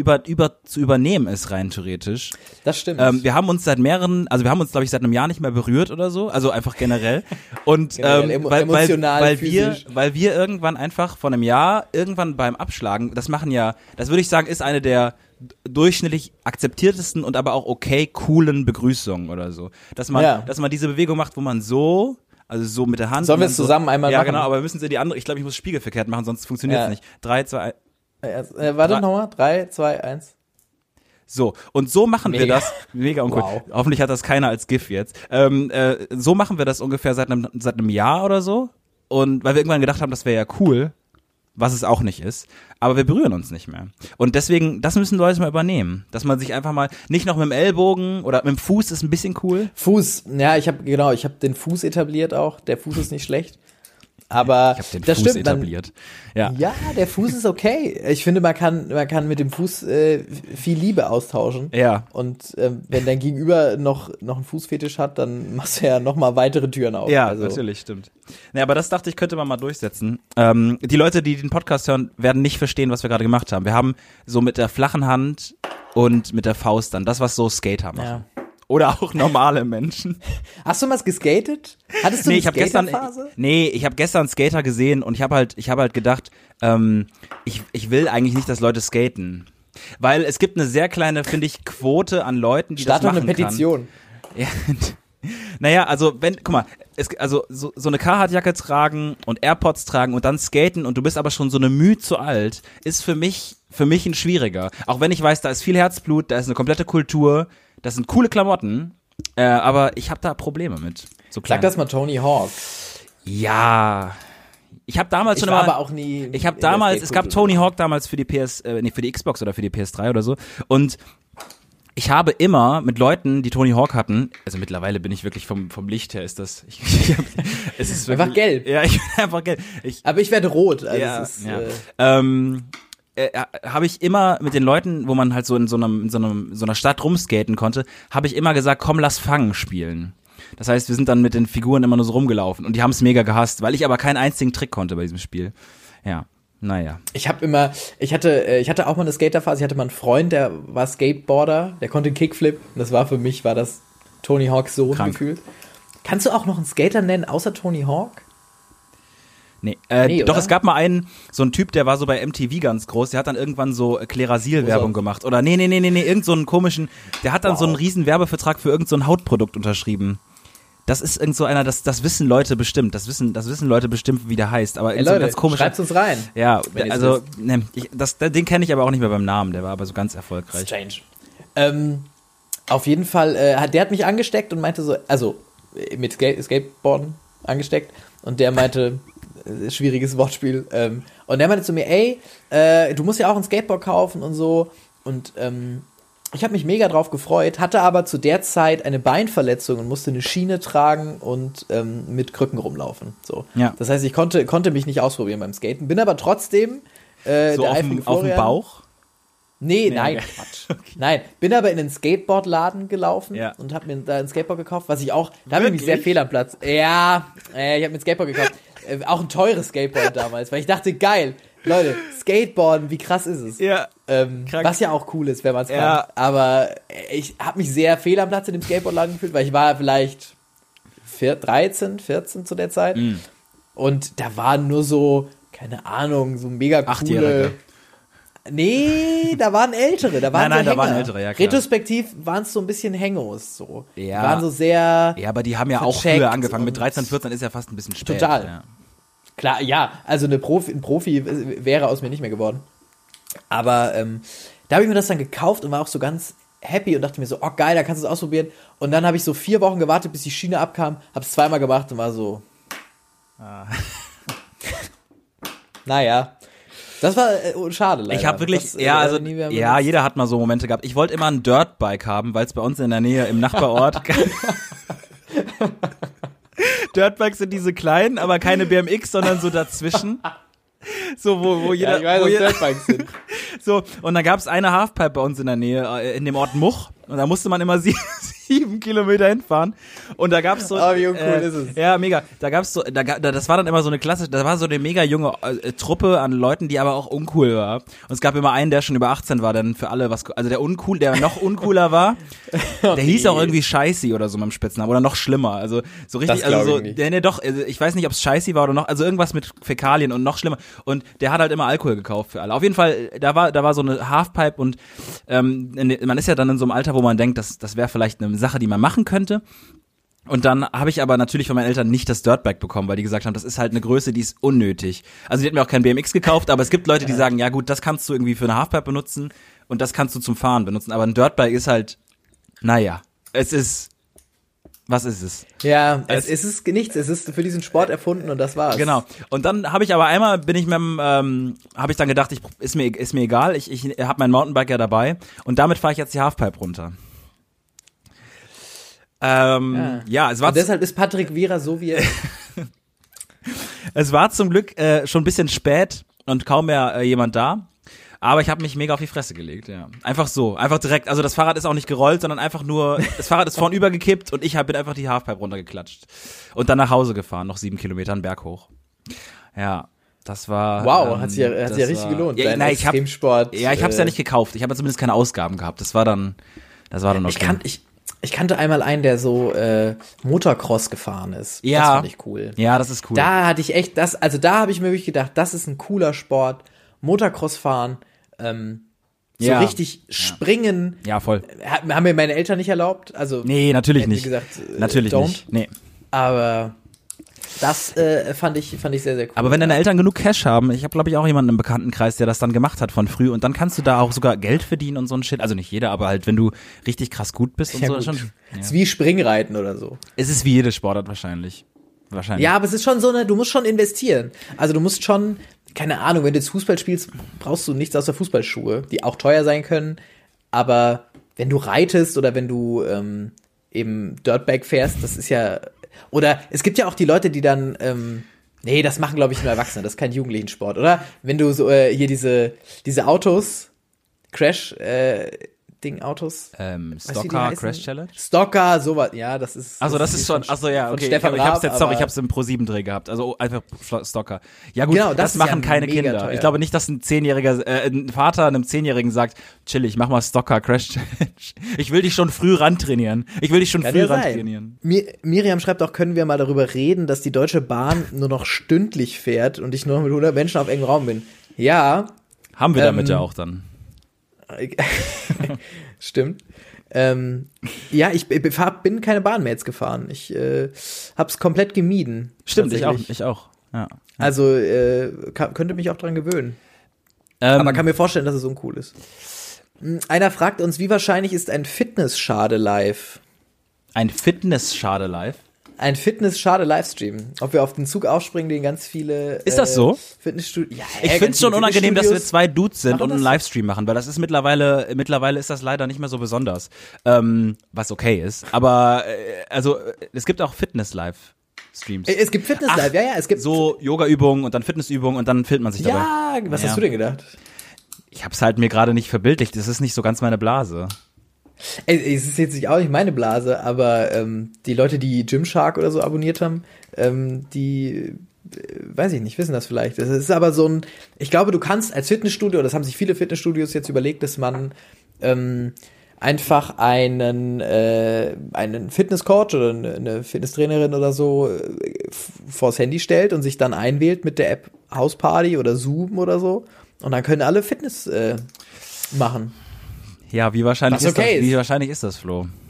zu übernehmen ist, rein theoretisch. Das stimmt. Wir haben uns glaube ich, seit einem Jahr nicht mehr berührt oder so, also einfach generell. Und emotional, weil wir irgendwann einfach vor einem Jahr, irgendwann beim Abschlagen, das würde ich sagen, ist eine der durchschnittlich akzeptiertesten und aber auch coolen Begrüßungen oder so. Dass man diese Bewegung macht, wo man so mit der Hand. Sollen wir es zusammen einmal machen? Ja, genau, aber wir müssen sie die andere, ich glaube, ich muss spiegelverkehrt machen, sonst funktioniert es nicht. 3, 2, 1. Warte nochmal. 3, 2, 1. So, und so machen wir das. Mega uncool. Wow. Hoffentlich hat das keiner als GIF jetzt. So machen wir das ungefähr seit einem Jahr oder so. Und weil wir irgendwann gedacht haben, das wäre ja cool, was es auch nicht ist. Aber wir berühren uns nicht mehr. Und deswegen, das müssen Leute mal übernehmen. Dass man sich einfach mal, nicht noch mit dem Ellbogen oder mit dem Fuß ist ein bisschen cool. Fuß, ja, ich habe den Fuß etabliert auch. Der Fuß ist nicht schlecht. Aber ich habe den das Fuß stimmt, etabliert. Ja, der Fuß ist okay. Ich finde, man kann mit dem Fuß viel Liebe austauschen. Ja. Und wenn dein Gegenüber noch einen Fußfetisch hat, dann machst du ja noch mal weitere Türen auf. Ja, natürlich, stimmt. Ja, aber das dachte ich, könnte man mal durchsetzen. Die Leute, die den Podcast hören, werden nicht verstehen, was wir gerade gemacht haben. Wir haben so mit der flachen Hand und mit der Faust dann das, was so Skater machen. Ja. Oder auch normale Menschen. Hast du mal geskatet? Hattest du eine Skaterphase? Ich habe gestern Skater gesehen und ich habe halt gedacht, ich will eigentlich nicht, dass Leute skaten. Weil es gibt eine sehr kleine, finde ich, Quote an Leuten, die das machen eine Petition. Kann. Ja. Naja, also guck mal, so eine Carhartt-Jacke tragen und AirPods tragen und dann skaten und du bist aber schon so eine Mühe zu alt, ist für mich ein schwieriger. Auch wenn ich weiß, da ist viel Herzblut, da ist eine komplette Kultur, das sind coole Klamotten, aber ich habe da Probleme mit. So sag das mal Tony Hawk. Ja. Ich habe damals schon aber auch nie. Es gab Tony Hawk damals für die für die Xbox oder für die PS3 oder so. Und ich habe immer mit Leuten, die Tony Hawk hatten, also mittlerweile bin ich wirklich vom Licht her, ist das, es ist einfach gelb. Ja, ich bin einfach gelb. Aber ich werde rot. Also ja, es ist, habe ich immer mit den Leuten, wo man halt so in so einer Stadt rumskaten konnte, habe ich immer gesagt, komm, lass Fangen spielen. Das heißt, wir sind dann mit den Figuren immer nur so rumgelaufen und die haben es mega gehasst, weil ich aber keinen einzigen Trick konnte bei diesem Spiel. Ja, naja. Ich hatte auch mal eine Skaterphase, ich hatte mal einen Freund, der war Skateboarder, der konnte einen Kickflip und für mich war das Tony Hawks Sohn gefühlt. Kannst du auch noch einen Skater nennen, außer Tony Hawk? Nee, doch, es gab mal so einen Typ, der war so bei MTV ganz groß, der hat dann irgendwann so Klerasil-Werbung gemacht. Oder irgend so einen komischen, der hat dann so einen riesen Werbevertrag für irgend so ein Hautprodukt unterschrieben. Das ist irgend so einer, das wissen Leute bestimmt, das wissen Leute bestimmt, wie der heißt. Aber Leute, so ganz komisch. Schreibt's uns rein. Ja, also, den kenne ich aber auch nicht mehr beim Namen, der war aber so ganz erfolgreich. Strange. Auf jeden Fall, der hat mich angesteckt und meinte so, also mit Skateboarden angesteckt und der meinte, schwieriges Wortspiel. Und der meinte zu mir, du musst ja auch ein Skateboard kaufen und so. Und ich habe mich mega drauf gefreut, hatte aber zu der Zeit eine Beinverletzung und musste eine Schiene tragen und mit Krücken rumlaufen. So. Ja. Das heißt, ich konnte mich nicht ausprobieren beim Skaten, bin aber trotzdem so der eifrige Florian. Auf dem Bauch? Nee, nein, Quatsch. Okay. Nein, bin aber in einen Skateboardladen gelaufen und habe mir da ein Skateboard gekauft, was ich auch, da habe ich mich sehr fehl am Platz. Ja, ich habe mir ein Skateboard gekauft. Auch ein teures Skateboard damals, weil ich dachte, geil, Leute, Skateboarden, wie krass ist es? Ja, was ja auch cool ist, wenn man es kann. Aber ich habe mich sehr fehl am Platz in dem Skateboardladen gefühlt, weil ich war vielleicht 13, 14 zu der Zeit. Mm. Und da waren nur so, keine Ahnung, so mega coole... 8-Jährige. Nee, da waren Ältere, da waren nein, so da waren Ältere, ja klar. Retrospektiv waren es so ein bisschen Hengos, so. Ja. Die waren so sehr... Ja, aber die haben ja auch früher angefangen. Mit 13, 14 ist ja fast ein bisschen spät. Total. Ja. Klar, ja, also ein Profi wäre aus mir nicht mehr geworden. Aber da habe ich mir das dann gekauft und war auch so ganz happy und dachte mir so, oh geil, da kannst du es ausprobieren. Und dann habe ich so 4 Wochen gewartet, bis die Schiene abkam, habe es 2-mal gemacht und war so. Naja. Das war schade leider. Ich habe wirklich, jeder hat mal so Momente gehabt. Ich wollte immer ein Dirtbike haben, weil es bei uns in der Nähe im Nachbarort Dirtbikes sind diese kleinen, aber keine BMX, sondern so dazwischen. So, wo jeder. Ja, ich weiß, was Dirtbikes sind. So, und dann gab es eine Halfpipe bei uns in der Nähe, in dem Ort Much. Und da musste man immer 7 Kilometer hinfahren. Und da gab's so. Wie uncool ist es? Ja, mega. Da gab's so, das war dann immer so eine Klasse, da war so eine mega junge Truppe an Leuten, die aber auch uncool war. Und es gab immer einen, der schon über 18 war, dann für alle was, also der noch uncooler war, der hieß auch irgendwie Scheißi oder so mit dem Spitznamen oder noch schlimmer. Also so richtig, also so, ich weiß nicht, ob es Scheißi war oder noch, also irgendwas mit Fäkalien und noch schlimmer. Und der hat halt immer Alkohol gekauft für alle. Auf jeden Fall, da war so eine Halfpipe und man ist ja dann in so einem Alter, wo man denkt, das wäre vielleicht eine Sache, die man machen könnte. Und dann habe ich aber natürlich von meinen Eltern nicht das Dirtbike bekommen, weil die gesagt haben, das ist halt eine Größe, die ist unnötig. Also die hätten mir auch kein BMX gekauft, aber es gibt Leute, die sagen, ja gut, das kannst du irgendwie für eine Halfpipe benutzen und das kannst du zum Fahren benutzen. Aber ein Dirtbike ist halt, naja, was ist es? Ja, es ist nichts, es ist für diesen Sport erfunden und das war's. Genau. Und dann habe ich aber einmal, habe ich dann gedacht, ist mir egal, ich habe mein Mountainbike ja dabei und damit fahre ich jetzt die Halfpipe runter. Es war und deshalb ist Patrick Wierer so, wie er ist. Es war zum Glück schon ein bisschen spät und kaum mehr jemand da. Aber ich habe mich mega auf die Fresse gelegt, ja. Einfach so, einfach direkt. Also das Fahrrad ist auch nicht gerollt, sondern einfach nur, das Fahrrad ist vornüber gekippt und ich bin einfach die Halfpipe runtergeklatscht. Und dann nach Hause gefahren, noch 7 Kilometer einen Berg hoch. Ja, das war... Wow, hat sich ja richtig gelohnt, dein Extremsport. Ich habe es ja nicht gekauft, ich habe ja zumindest keine Ausgaben gehabt. Das war dann okay. Ich kannte einmal einen, der so Motocross gefahren ist. Ja. Das fand ich cool. Ja, das ist cool. Da hatte ich echt da habe ich mir wirklich gedacht, das ist ein cooler Sport. Motocross fahren, so richtig springen. Ja, voll. Haben mir meine Eltern nicht erlaubt. Also nee, natürlich nicht. Gesagt, natürlich don't. nicht. Nee. Aber das fand ich sehr, sehr cool. Aber wenn deine Eltern genug Cash haben, ich habe glaube ich auch jemanden im Bekanntenkreis, der das dann gemacht hat von früh und dann kannst du da auch sogar Geld verdienen und so ein Shit. Also nicht jeder, aber halt, wenn du richtig krass gut bist und ja, so. Gut. Schon, ja. Ist wie Springreiten oder so. Es ist wie jede Sportart wahrscheinlich. Ja, aber es ist schon so du musst schon investieren. Also du musst schon, keine Ahnung, wenn du jetzt Fußball spielst, brauchst du nichts außer Fußballschuhe, die auch teuer sein können. Aber wenn du reitest oder wenn du eben Dirtbike fährst, das ist ja, oder es gibt ja auch die Leute, die dann, nee, das machen glaube ich nur Erwachsene, das ist kein Jugendlichensport, oder? Wenn du so hier diese Autos, Autos. Stalker, Crash Challenge? Stalker, sowas, ja, das ist. Also das ist schon, achso ja, okay. Stefan ich hab's im Pro-7-Dreh gehabt, also einfach Stalker. Ja gut, genau, das machen keine Kinder. Teuer. Ich glaube nicht, dass ein Vater einem 10-Jährigen sagt, chill, ich mach mal Stalker, Crash Challenge. Ich will dich schon früh rantrainieren. Miriam schreibt auch, können wir mal darüber reden, dass die Deutsche Bahn nur noch stündlich fährt und ich nur noch mit 100 Menschen auf engem Raum bin. Ja. Haben wir damit ja auch dann. Stimmt. Ja, ich bin keine Bahn mehr jetzt gefahren. Ich hab's komplett gemieden. Stimmt, ich auch. Ja. Also könnte mich auch dran gewöhnen. Aber kann mir vorstellen, dass es uncool ist. Einer fragt uns, wie wahrscheinlich ist ein Fitness-Schade live? Ein Fitness-Schade live? Ein Fitness-Schade-Livestream. Ob wir auf den Zug aufspringen, den ganz viele Ist das so? Fitnessstudios. Ja, ich finde es schon unangenehm, dass wir 2 Dudes sind und einen so? Livestream machen, weil das ist mittlerweile ist das leider nicht mehr so besonders. Was okay ist. Aber es gibt auch Fitness-Live-Streams. Es gibt Fitness-Live, ja. Es gibt so Yoga-Übungen und dann Fitness-Übungen und dann filmt man sich dabei. Ja, was hast du denn gedacht? Ich hab's halt mir gerade nicht verbildlicht. Das ist nicht so ganz meine Blase. Es ist jetzt auch nicht meine Blase, aber die Leute, die Gymshark oder so abonniert haben, die, weiß ich nicht, wissen das vielleicht. Das ist aber so ich glaube, du kannst als Fitnessstudio, das haben sich viele Fitnessstudios jetzt überlegt, dass man einfach einen Fitnesscoach oder eine Fitnesstrainerin oder so vors Handy stellt und sich dann einwählt mit der App Hausparty oder Zoom oder so und dann können alle Fitness machen. Ja, wie wahrscheinlich ist das, Flo?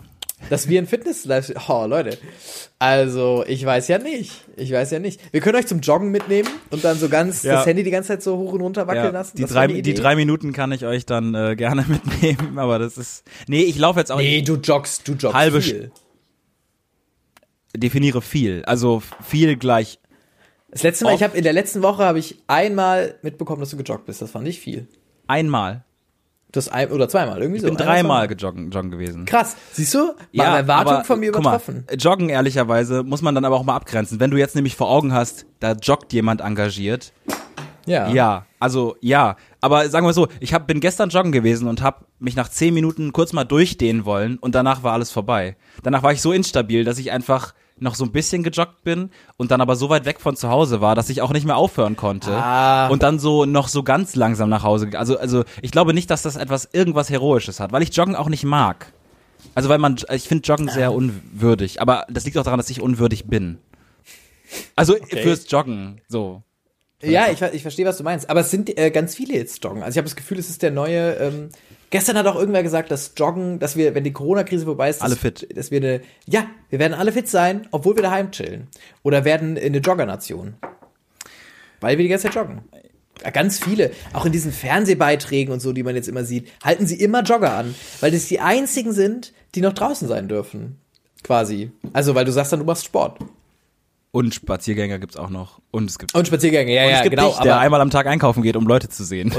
Dass wir ein Fitness-Live... Oh, Leute. Also, ich weiß ja nicht. Wir können euch zum Joggen mitnehmen und dann so ganz das Handy die ganze Zeit so hoch und runter wackeln lassen. Die 3 Minuten kann ich euch dann gerne mitnehmen, aber das ist... Nee, ich laufe jetzt auch... Nee, du joggst halbe viel. Definiere viel. Also viel gleich... Das letzte Mal, in der letzten Woche habe ich einmal mitbekommen, dass du gejoggt bist. Das fand ich viel. Einmal? Das oder zweimal, irgendwie so. Ich bin 3-mal joggen gewesen. Krass, siehst du? War eine Erwartung von mir übertroffen. Mal, joggen, ehrlicherweise, muss man dann aber auch mal abgrenzen. Wenn du jetzt nämlich vor Augen hast, da joggt jemand engagiert. Ja. Ja, also ja. Aber sagen wir so, bin gestern joggen gewesen und habe mich nach 10 Minuten kurz mal durchdehnen wollen und danach war alles vorbei. Danach war ich so instabil, dass ich einfach noch so ein bisschen gejoggt bin und dann aber so weit weg von zu Hause war, dass ich auch nicht mehr aufhören konnte und dann so noch so ganz langsam nach Hause. Also ich glaube nicht, dass das irgendwas Heroisches hat, weil ich Joggen auch nicht mag. Also ich finde Joggen sehr unwürdig, aber das liegt auch daran, dass ich unwürdig bin. Also fürs Joggen, so. Ja, ich verstehe, was du meinst, aber es sind ganz viele jetzt joggen. Also ich habe das Gefühl, es ist der neue gestern hat auch irgendwer gesagt, dass Joggen, dass wir, wenn die Corona-Krise vorbei ist, alle fit. Dass wir wir werden alle fit sein, obwohl wir daheim chillen. Oder werden eine Joggernation. Weil wir die ganze Zeit joggen. Ja, ganz viele, auch in diesen Fernsehbeiträgen und so, die man jetzt immer sieht, halten sie immer Jogger an, weil das die einzigen sind, die noch draußen sein dürfen. Quasi. Also, weil du sagst dann, du machst Sport. Und Spaziergänger gibt's auch noch. Und Spaziergänger, ja, es gibt genau. Dich, der einmal am Tag einkaufen geht, um Leute zu sehen.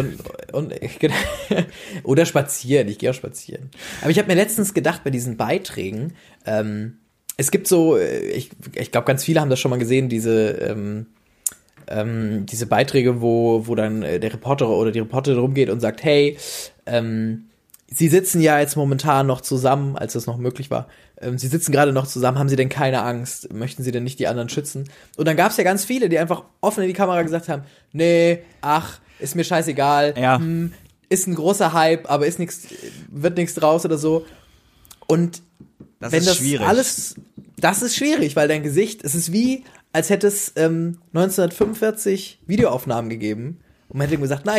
Oder spazieren, ich gehe auch spazieren. Aber ich habe mir letztens gedacht, bei diesen Beiträgen, es gibt so, ich glaube, ganz viele haben das schon mal gesehen, diese Beiträge, wo dann der Reporter oder die Reporterin rumgeht und sagt, hey, Sie sitzen ja jetzt momentan noch zusammen, als das noch möglich war. Sie sitzen gerade noch zusammen, haben Sie denn keine Angst? Möchten Sie denn nicht die anderen schützen? Und dann gab es ja ganz viele, die einfach offen in die Kamera gesagt haben, nee, ach, ist mir scheißegal, ja. Ist ein großer Hype, aber wird nichts draus oder so. Und das wenn ist das schwierig. Das ist schwierig, weil dein Gesicht, es ist wie, als hätte es 1945 Videoaufnahmen gegeben und man hätte gesagt,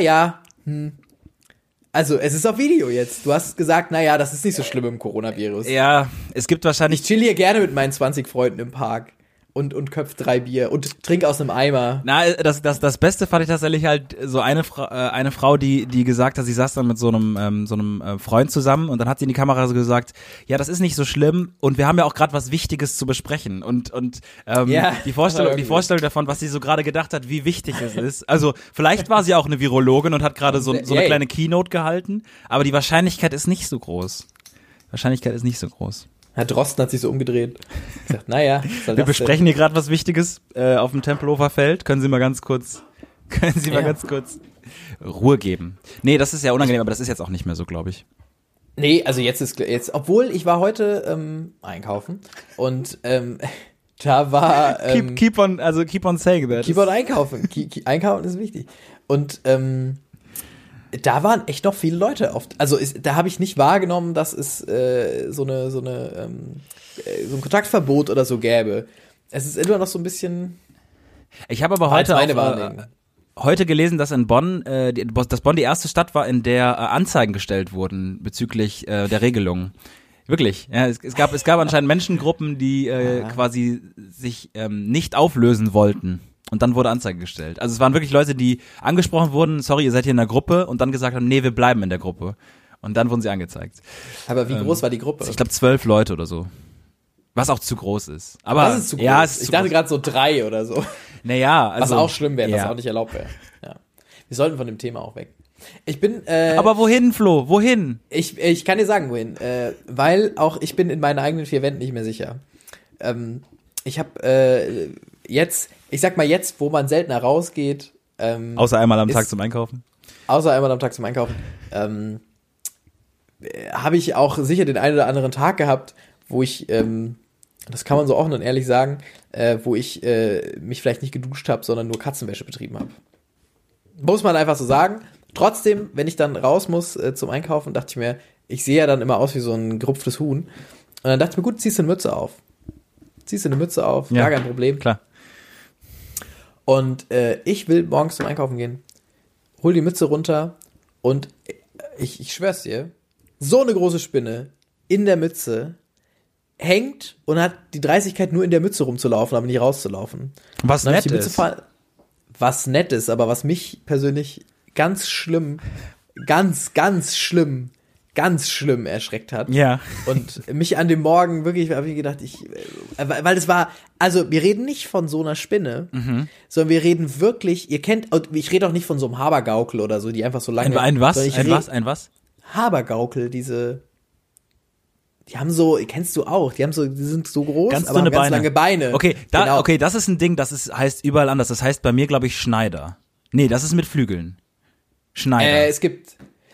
also, es ist auf Video jetzt. Du hast gesagt, das ist nicht so schlimm im Coronavirus. Ja, es gibt wahrscheinlich... Ich chill hier gerne mit meinen 20 Freunden im Park und köpf 3 Bier und trink aus einem Eimer. Na, das Beste fand ich tatsächlich halt so eine Frau, die gesagt hat, sie saß dann mit so einem Freund zusammen und dann hat sie in die Kamera so gesagt, ja, das ist nicht so schlimm und wir haben ja auch gerade was Wichtiges zu besprechen und die Vorstellung davon, was sie so gerade gedacht hat, wie wichtig es ist. Also vielleicht war sie auch eine Virologin und hat gerade so eine kleine Keynote gehalten, aber die Wahrscheinlichkeit ist nicht so groß. Herr Drosten hat sich so umgedreht. Gesagt, wir besprechen hier gerade was Wichtiges auf dem Tempelhofer Feld. Können Sie mal ganz kurz Ruhe geben? Nee, das ist ja unangenehm, aber das ist jetzt auch nicht mehr so, glaube ich. Nee, also jetzt, obwohl ich war heute einkaufen und da war keep on saying that. Keep on einkaufen. Einkaufen ist wichtig. Und da waren echt noch viele Leute oft. Also da habe ich nicht wahrgenommen, dass es so ein Kontaktverbot oder so gäbe. Es ist immer noch so ein bisschen. Ich habe aber heute gelesen, dass in Bonn, dass Bonn die erste Stadt war, in der Anzeigen gestellt wurden bezüglich der Regelung. Wirklich. Ja, es gab anscheinend Menschengruppen, die quasi sich nicht auflösen wollten. Und dann wurde Anzeige gestellt. Also es waren wirklich Leute, die angesprochen wurden, sorry, ihr seid hier in der Gruppe, und dann gesagt haben, nee, wir bleiben in der Gruppe. Und dann wurden sie angezeigt. Aber wie groß war die Gruppe? Ich glaube 12 Leute oder so. Was auch zu groß ist. Aber das ist zu groß. Ja, ich dachte gerade so 3 oder so. Naja, also. Was auch schlimm wäre, was auch nicht erlaubt wäre. Ja. Wir sollten von dem Thema auch weg. Ich bin, aber wohin, Flo? Wohin? Ich kann dir sagen, wohin. Weil auch ich bin in meinen eigenen 4 Wänden nicht mehr sicher. Ich habe jetzt, ich sag mal jetzt, wo man seltener rausgeht. Außer einmal am Tag zum Einkaufen. Habe ich auch sicher den einen oder anderen Tag gehabt, wo ich, das kann man so offen und ehrlich sagen, wo ich mich vielleicht nicht geduscht habe, sondern nur Katzenwäsche betrieben habe. Muss man einfach so sagen. Trotzdem, wenn ich dann raus muss zum Einkaufen, dachte ich mir, ich sehe ja dann immer aus wie so ein gerupftes Huhn. Und dann dachte ich mir, gut, ziehst du eine Mütze auf. Ja, gar kein Problem. Klar. Und ich will morgens zum Einkaufen gehen, hol die Mütze runter und ich schwör's dir, so eine große Spinne in der Mütze, hängt und hat die Dreistigkeit, nur in der Mütze rumzulaufen, aber nicht rauszulaufen. Was nett ist. Was nett ist, aber was mich persönlich ganz schlimm erschreckt hat. Ja. Und mich an dem Morgen wirklich, habe ich gedacht, weil es war, also wir reden nicht von so einer Spinne, sondern wir reden wirklich, ich rede auch nicht von so einem Habergaukel oder so, die einfach so lange. Ein was? Habergaukel, die haben so, kennst du auch, die sind so groß, ganz aber haben ganz lange Beine. Okay, genau. Okay, das ist ein Ding, heißt überall anders. Das heißt bei mir, glaube ich, Schneider. Nee, das ist mit Flügeln. Schneider. Es gibt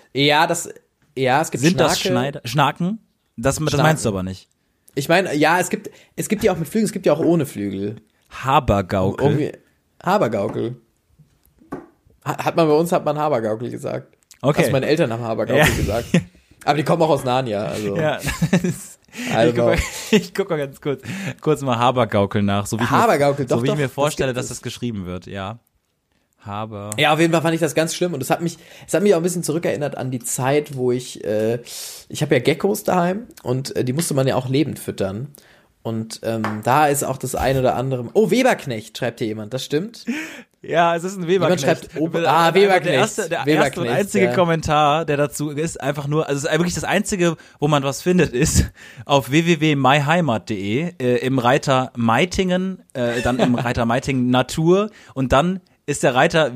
Sind das Schnaken? Das meinst du aber nicht. Ich meine, ja, es gibt die auch mit Flügeln, es gibt die auch ohne Flügel. Habergaukel. Habergaukel. Hat man Habergaukel gesagt. Okay. Also meine Eltern haben Habergaukel gesagt. Aber die kommen auch aus Narnia, also. Ja. Also. Ich guck mal ganz kurz mal Habergaukel nach, so wie ich mir vorstelle, dass das geschrieben wird, ja. Ja, auf jeden Fall fand ich das ganz schlimm und es hat mich auch ein bisschen zurückerinnert an die Zeit, wo ich habe ja Geckos daheim und die musste man ja auch lebend füttern und da ist auch das ein oder andere. Oh, Weberknecht schreibt hier jemand, das stimmt? Ja, es ist ein Weberknecht. Jemand schreibt, Weberknecht. Der erste und einzige Kommentar, der dazu ist, einfach nur, also es ist wirklich das einzige, wo man was findet, ist auf www.myheimat.de im Reiter Meitingen, dann im Reiter Meitingen Natur und dann ist der Reiter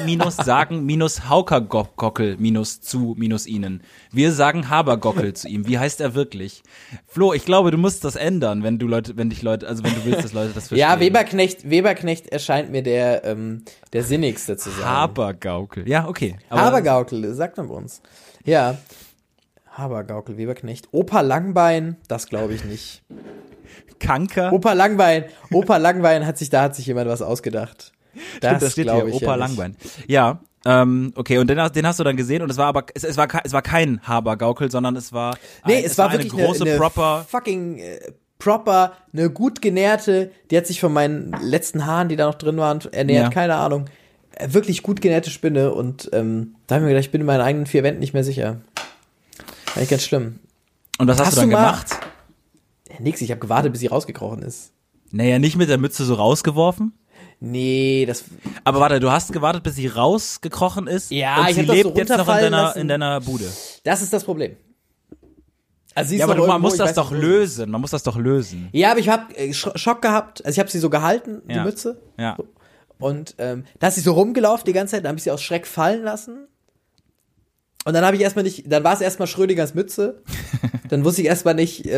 wir-sagen-Haukergockel- zu-ihnen. Wir sagen Habergockel zu ihm. Wie heißt er wirklich? Flo, ich glaube, du musst das ändern, wenn du willst, dass Leute das verstehen. Ja, Weberknecht erscheint mir der sinnigste zu sein. Habergaukel. Ja, okay. Habergaukel, sagt man bei uns. Ja. Habergaukel, Weberknecht. Opa Langbein, das glaube ich nicht. Kanker. Opa Langbein hat sich jemand was ausgedacht. Das steht hier, Opa Langbein. Ja, okay, und den hast du dann gesehen und es war kein Habergaukel, sondern es war wirklich eine große proper proper, eine gut genährte, die hat sich von meinen letzten Haaren, die da noch drin waren, ernährt, keine Ahnung. Wirklich gut genährte Spinne und da habe ich mir gedacht, ich bin in meinen eigenen 4 Wänden nicht mehr sicher. War echt ganz schlimm. Und was hast du dann gemacht? Ja, nix, ich habe gewartet, bis sie rausgekrochen ist. Naja, nicht mit der Mütze so rausgeworfen? Nee, das. Aber warte, du hast gewartet, bis sie rausgekrochen ist? Ja, und ich sie hab das lebt so jetzt noch runterfallen in deiner Bude. Das ist das Problem. Also ja, aber man muss das doch lösen. Man muss das doch lösen. Ja, aber ich habe Schock gehabt. Also ich habe sie so gehalten, die Mütze. Ja. Und da ist sie so rumgelaufen die ganze Zeit. Dann habe ich sie aus Schreck fallen lassen. Und dann dann war es erstmal Schrödingers Mütze. Dann wusste ich erstmal nicht,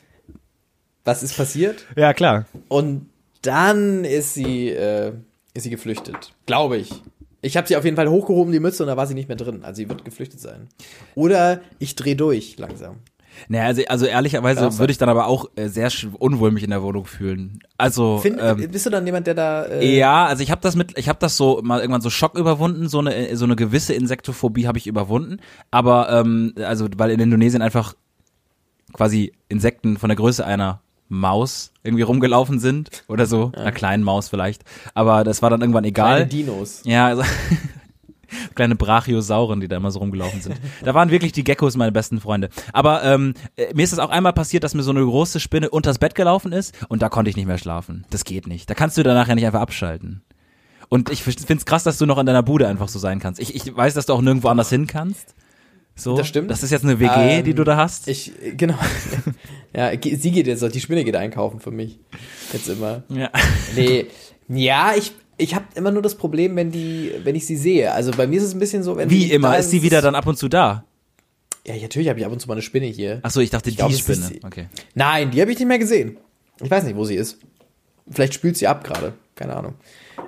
was ist passiert. Ja, klar. Und dann ist sie geflüchtet. Glaube ich. Ich habe sie auf jeden Fall hochgehoben, die Mütze, und da war sie nicht mehr drin. Also sie wird geflüchtet sein. Oder ich drehe durch langsam. Naja, also ehrlicherweise würde ich dann aber auch sehr unwohl mich in der Wohnung fühlen. Also bist du dann jemand, der da ja, also ich habe das so mal irgendwann so Schock überwunden, so eine gewisse Insektophobie habe ich überwunden, aber also weil in Indonesien einfach quasi Insekten von der Größe einer Maus irgendwie rumgelaufen sind oder so, einer kleinen Maus vielleicht, aber das war dann irgendwann egal. Kleine Dinos. Ja, also kleine Brachiosauren, die da immer so rumgelaufen sind. Da waren wirklich die Geckos meine besten Freunde. Aber mir ist das auch einmal passiert, dass mir so eine große Spinne unters Bett gelaufen ist und da konnte ich nicht mehr schlafen. Das geht nicht. Da kannst du danach ja nicht einfach abschalten. Und ich find's krass, dass du noch in deiner Bude einfach so sein kannst. Ich weiß, dass du auch nirgendwo anders hin kannst. So, das stimmt. Das ist jetzt eine WG, die du da hast. Genau. Ja, sie geht jetzt, die Spinne geht einkaufen für mich. Jetzt immer. Ja. Nee. Ja, ich habe immer nur das Problem, wenn ich sie sehe. Also bei mir ist es ein bisschen so, wenn wie immer, ist sie wieder dann ab und zu da? Ja, natürlich habe ich ab und zu mal eine Spinne hier. Ach so, ich dachte, die Spinne. Okay. Nein, die habe ich nicht mehr gesehen. Ich weiß nicht, wo sie ist. Vielleicht spült sie ab gerade. Keine Ahnung.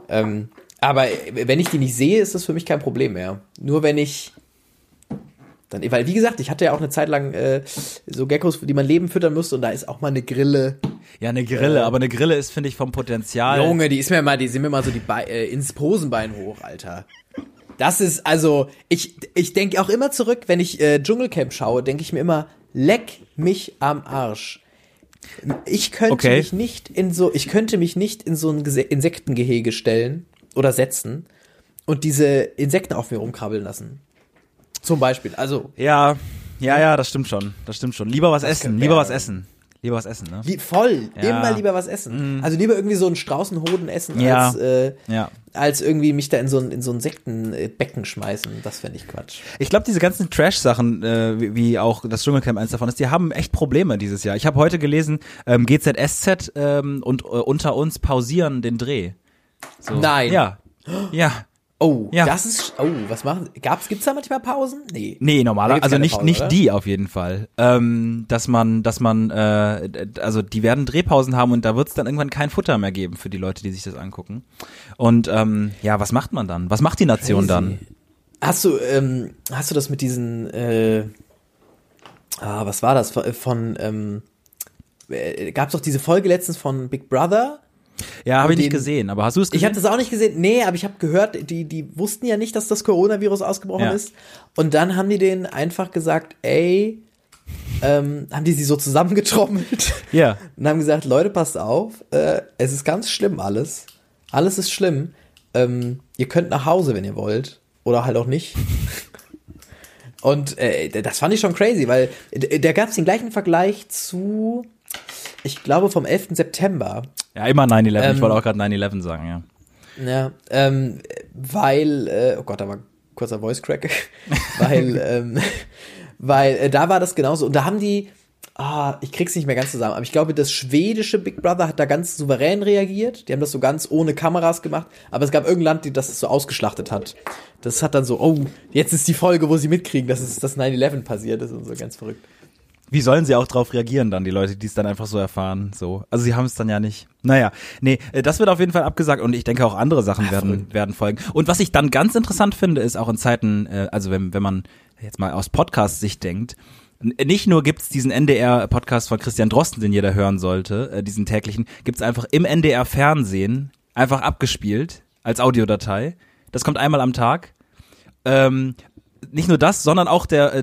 Aber wenn ich die nicht sehe, ist das für mich kein Problem mehr. Nur wenn ich dann, weil wie gesagt, ich hatte ja auch eine Zeit lang so Geckos, die man Leben füttern musste, und da ist auch mal eine Grille. Ja, eine Grille, aber eine Grille ist, finde ich, vom Potenzial. Junge, die sind mir mal so ins Posenbein hoch, Alter. Das ist, also, ich denke auch immer zurück, wenn ich Dschungelcamp schaue, denke ich mir immer, leck mich am Arsch. Ich könnte mich nicht in so ein Insektengehege stellen oder setzen und diese Insekten auf mir rumkrabbeln lassen. Zum Beispiel, also. Ja, das stimmt schon. Lieber was essen. Lieber was essen, ne? Voll, Ja. immer lieber was essen. Also lieber irgendwie so einen Straußenhoden essen, Ja. als irgendwie mich da in so ein Sektenbecken schmeißen. Das fände ich Quatsch. Ich glaube, diese ganzen Trash-Sachen, wie auch das Dschungelcamp eins davon ist, die haben echt Probleme dieses Jahr. Ich habe heute gelesen, GZSZ und unter uns pausieren den Dreh. So. Nein. Ja. Oh, Ja. das ist. Oh, was machen? Gibt's da manchmal Pausen? Nee. Nee, Da normaler, gibt's also keine nicht Pause, nicht oder? die auf jeden Fall. Dass man, also die werden Drehpausen haben und da wird es dann irgendwann kein Futter mehr geben für die Leute, die sich das angucken. Und was macht man dann? Was macht die Nation dann? Hast du das mit diesen? Was war das gab's doch diese Folge letztens von Big Brother? Ja, habe ich nicht den- gesehen, aber hast du es Ich gesehen? habe das auch nicht gesehen. Nee, aber ich habe gehört, die wussten ja nicht, dass das Coronavirus ausgebrochen Ja. ist. Und dann haben die denen einfach gesagt, haben die sie so zusammengetrommelt. Ja. Und haben gesagt, Leute, passt auf, es ist ganz schlimm alles. Alles ist schlimm. Ihr könnt nach Hause, wenn ihr wollt. Oder halt auch nicht. Und das fand ich schon crazy, weil da gab es den gleichen Vergleich zu, ich glaube, vom 11. September. Ja, immer 9/11. Ich wollte auch gerade 9/11 sagen, ja. Ja, weil, oh Gott, da war kurzer Voice Crack, weil da war das genauso. Und da haben die, ich krieg's nicht mehr ganz zusammen, aber ich glaube, das schwedische Big Brother hat da ganz souverän reagiert. Die haben das so ganz ohne Kameras gemacht, aber es gab irgendein Land, die das so ausgeschlachtet hat. Das hat dann so, jetzt ist die Folge, wo sie mitkriegen, dass das 9/11 passiert ist und so, ganz verrückt. Wie sollen sie auch drauf reagieren dann, die Leute, die es dann einfach so erfahren? So. Also sie haben es dann ja nicht. Naja, nee, das wird auf jeden Fall abgesagt und ich denke auch andere Sachen werden folgen. Und was ich dann ganz interessant finde, ist auch in Zeiten, also wenn man jetzt mal aus Podcast-Sicht denkt, nicht nur gibt's diesen NDR-Podcast von Christian Drosten, den jeder hören sollte, diesen täglichen, gibt's einfach im NDR-Fernsehen einfach abgespielt als Audiodatei. Das kommt einmal am Tag. Nicht nur das, sondern auch der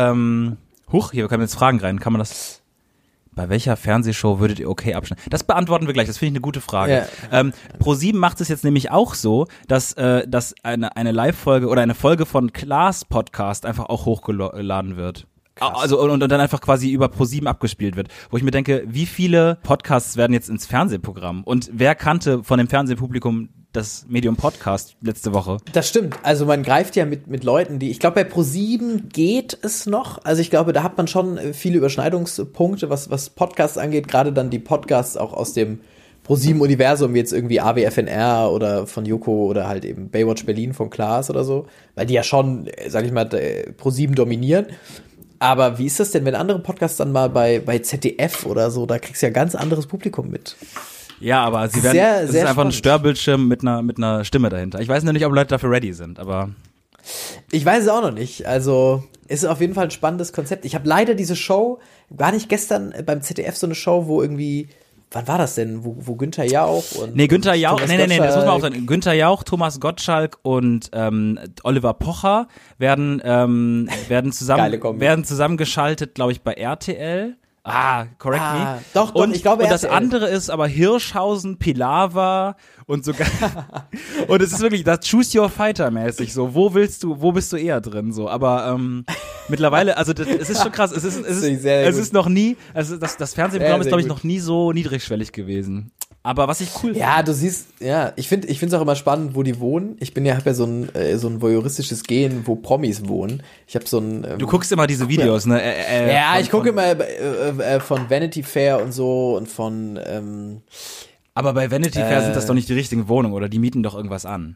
hier können wir jetzt Fragen rein. Kann man das? Bei welcher Fernsehshow würdet ihr okay abschneiden? Das beantworten wir gleich. Das finde ich eine gute Frage. Ja. Pro7 macht es jetzt nämlich auch so, dass eine Live-Folge oder eine Folge von Klaas Podcast einfach auch hochgeladen wird. Krass. Also und dann einfach quasi über Pro7 abgespielt wird. Wo ich mir denke, wie viele Podcasts werden jetzt ins Fernsehprogramm? Und wer kannte von dem Fernsehpublikum das Medium Podcast letzte Woche? Das stimmt. Also man greift ja mit Leuten, die, ich glaube, bei Pro7 geht es noch. Also ich glaube, da hat man schon viele Überschneidungspunkte, was Podcasts angeht. Gerade dann die Podcasts auch aus dem Pro7-Universum, wie jetzt irgendwie AWFNR oder von Joko oder halt eben Baywatch Berlin von Klaas oder so. Weil die ja schon, sag ich mal, Pro7 dominieren. Aber wie ist das denn, wenn andere Podcasts dann mal bei ZDF oder so, da kriegst du ja ganz anderes Publikum mit. Ja, aber sie werden, Sehr, es sehr ist einfach ein spannend. Störbildschirm mit einer Stimme dahinter. Ich weiß noch nicht, ob Leute dafür ready sind, aber Ich weiß es auch noch nicht. Also, es ist auf jeden Fall ein spannendes Konzept. Ich habe leider diese Show, gar nicht gestern beim ZDF so eine Show, wo irgendwie, wann war das denn? Wo Günther Jauch und Günther Jauch, Thomas das muss man auch Gottschalk- sagen. Günther Jauch, Thomas Gottschalk und Oliver Pocher werden Geile Kombi. zusammengeschaltet, glaube ich, bei RTL. Correct me. Doch, und ich glaube und das RTL. andere ist aber Hirschhausen, Pilawa und sogar und es ist wirklich das Choose Your Fighter mäßig so, wo bist du eher drin so, aber mittlerweile, also es ist schon krass, es ist noch nie, also das Fernsehprogramm Sehr, ist sehr glaube ich gut. noch nie so niedrigschwellig gewesen. Aber was ich cool Ja, du siehst, ja, ich find's auch immer spannend, wo die wohnen. Ich hab ja so ein voyeuristisches Gen, wo Promis wohnen. Ich habe so ein Du guckst immer diese Videos, ne? ich gucke immer von Vanity Fair und so und von Aber bei Vanity Fair sind das doch nicht die richtigen Wohnungen, oder? Die mieten doch irgendwas an.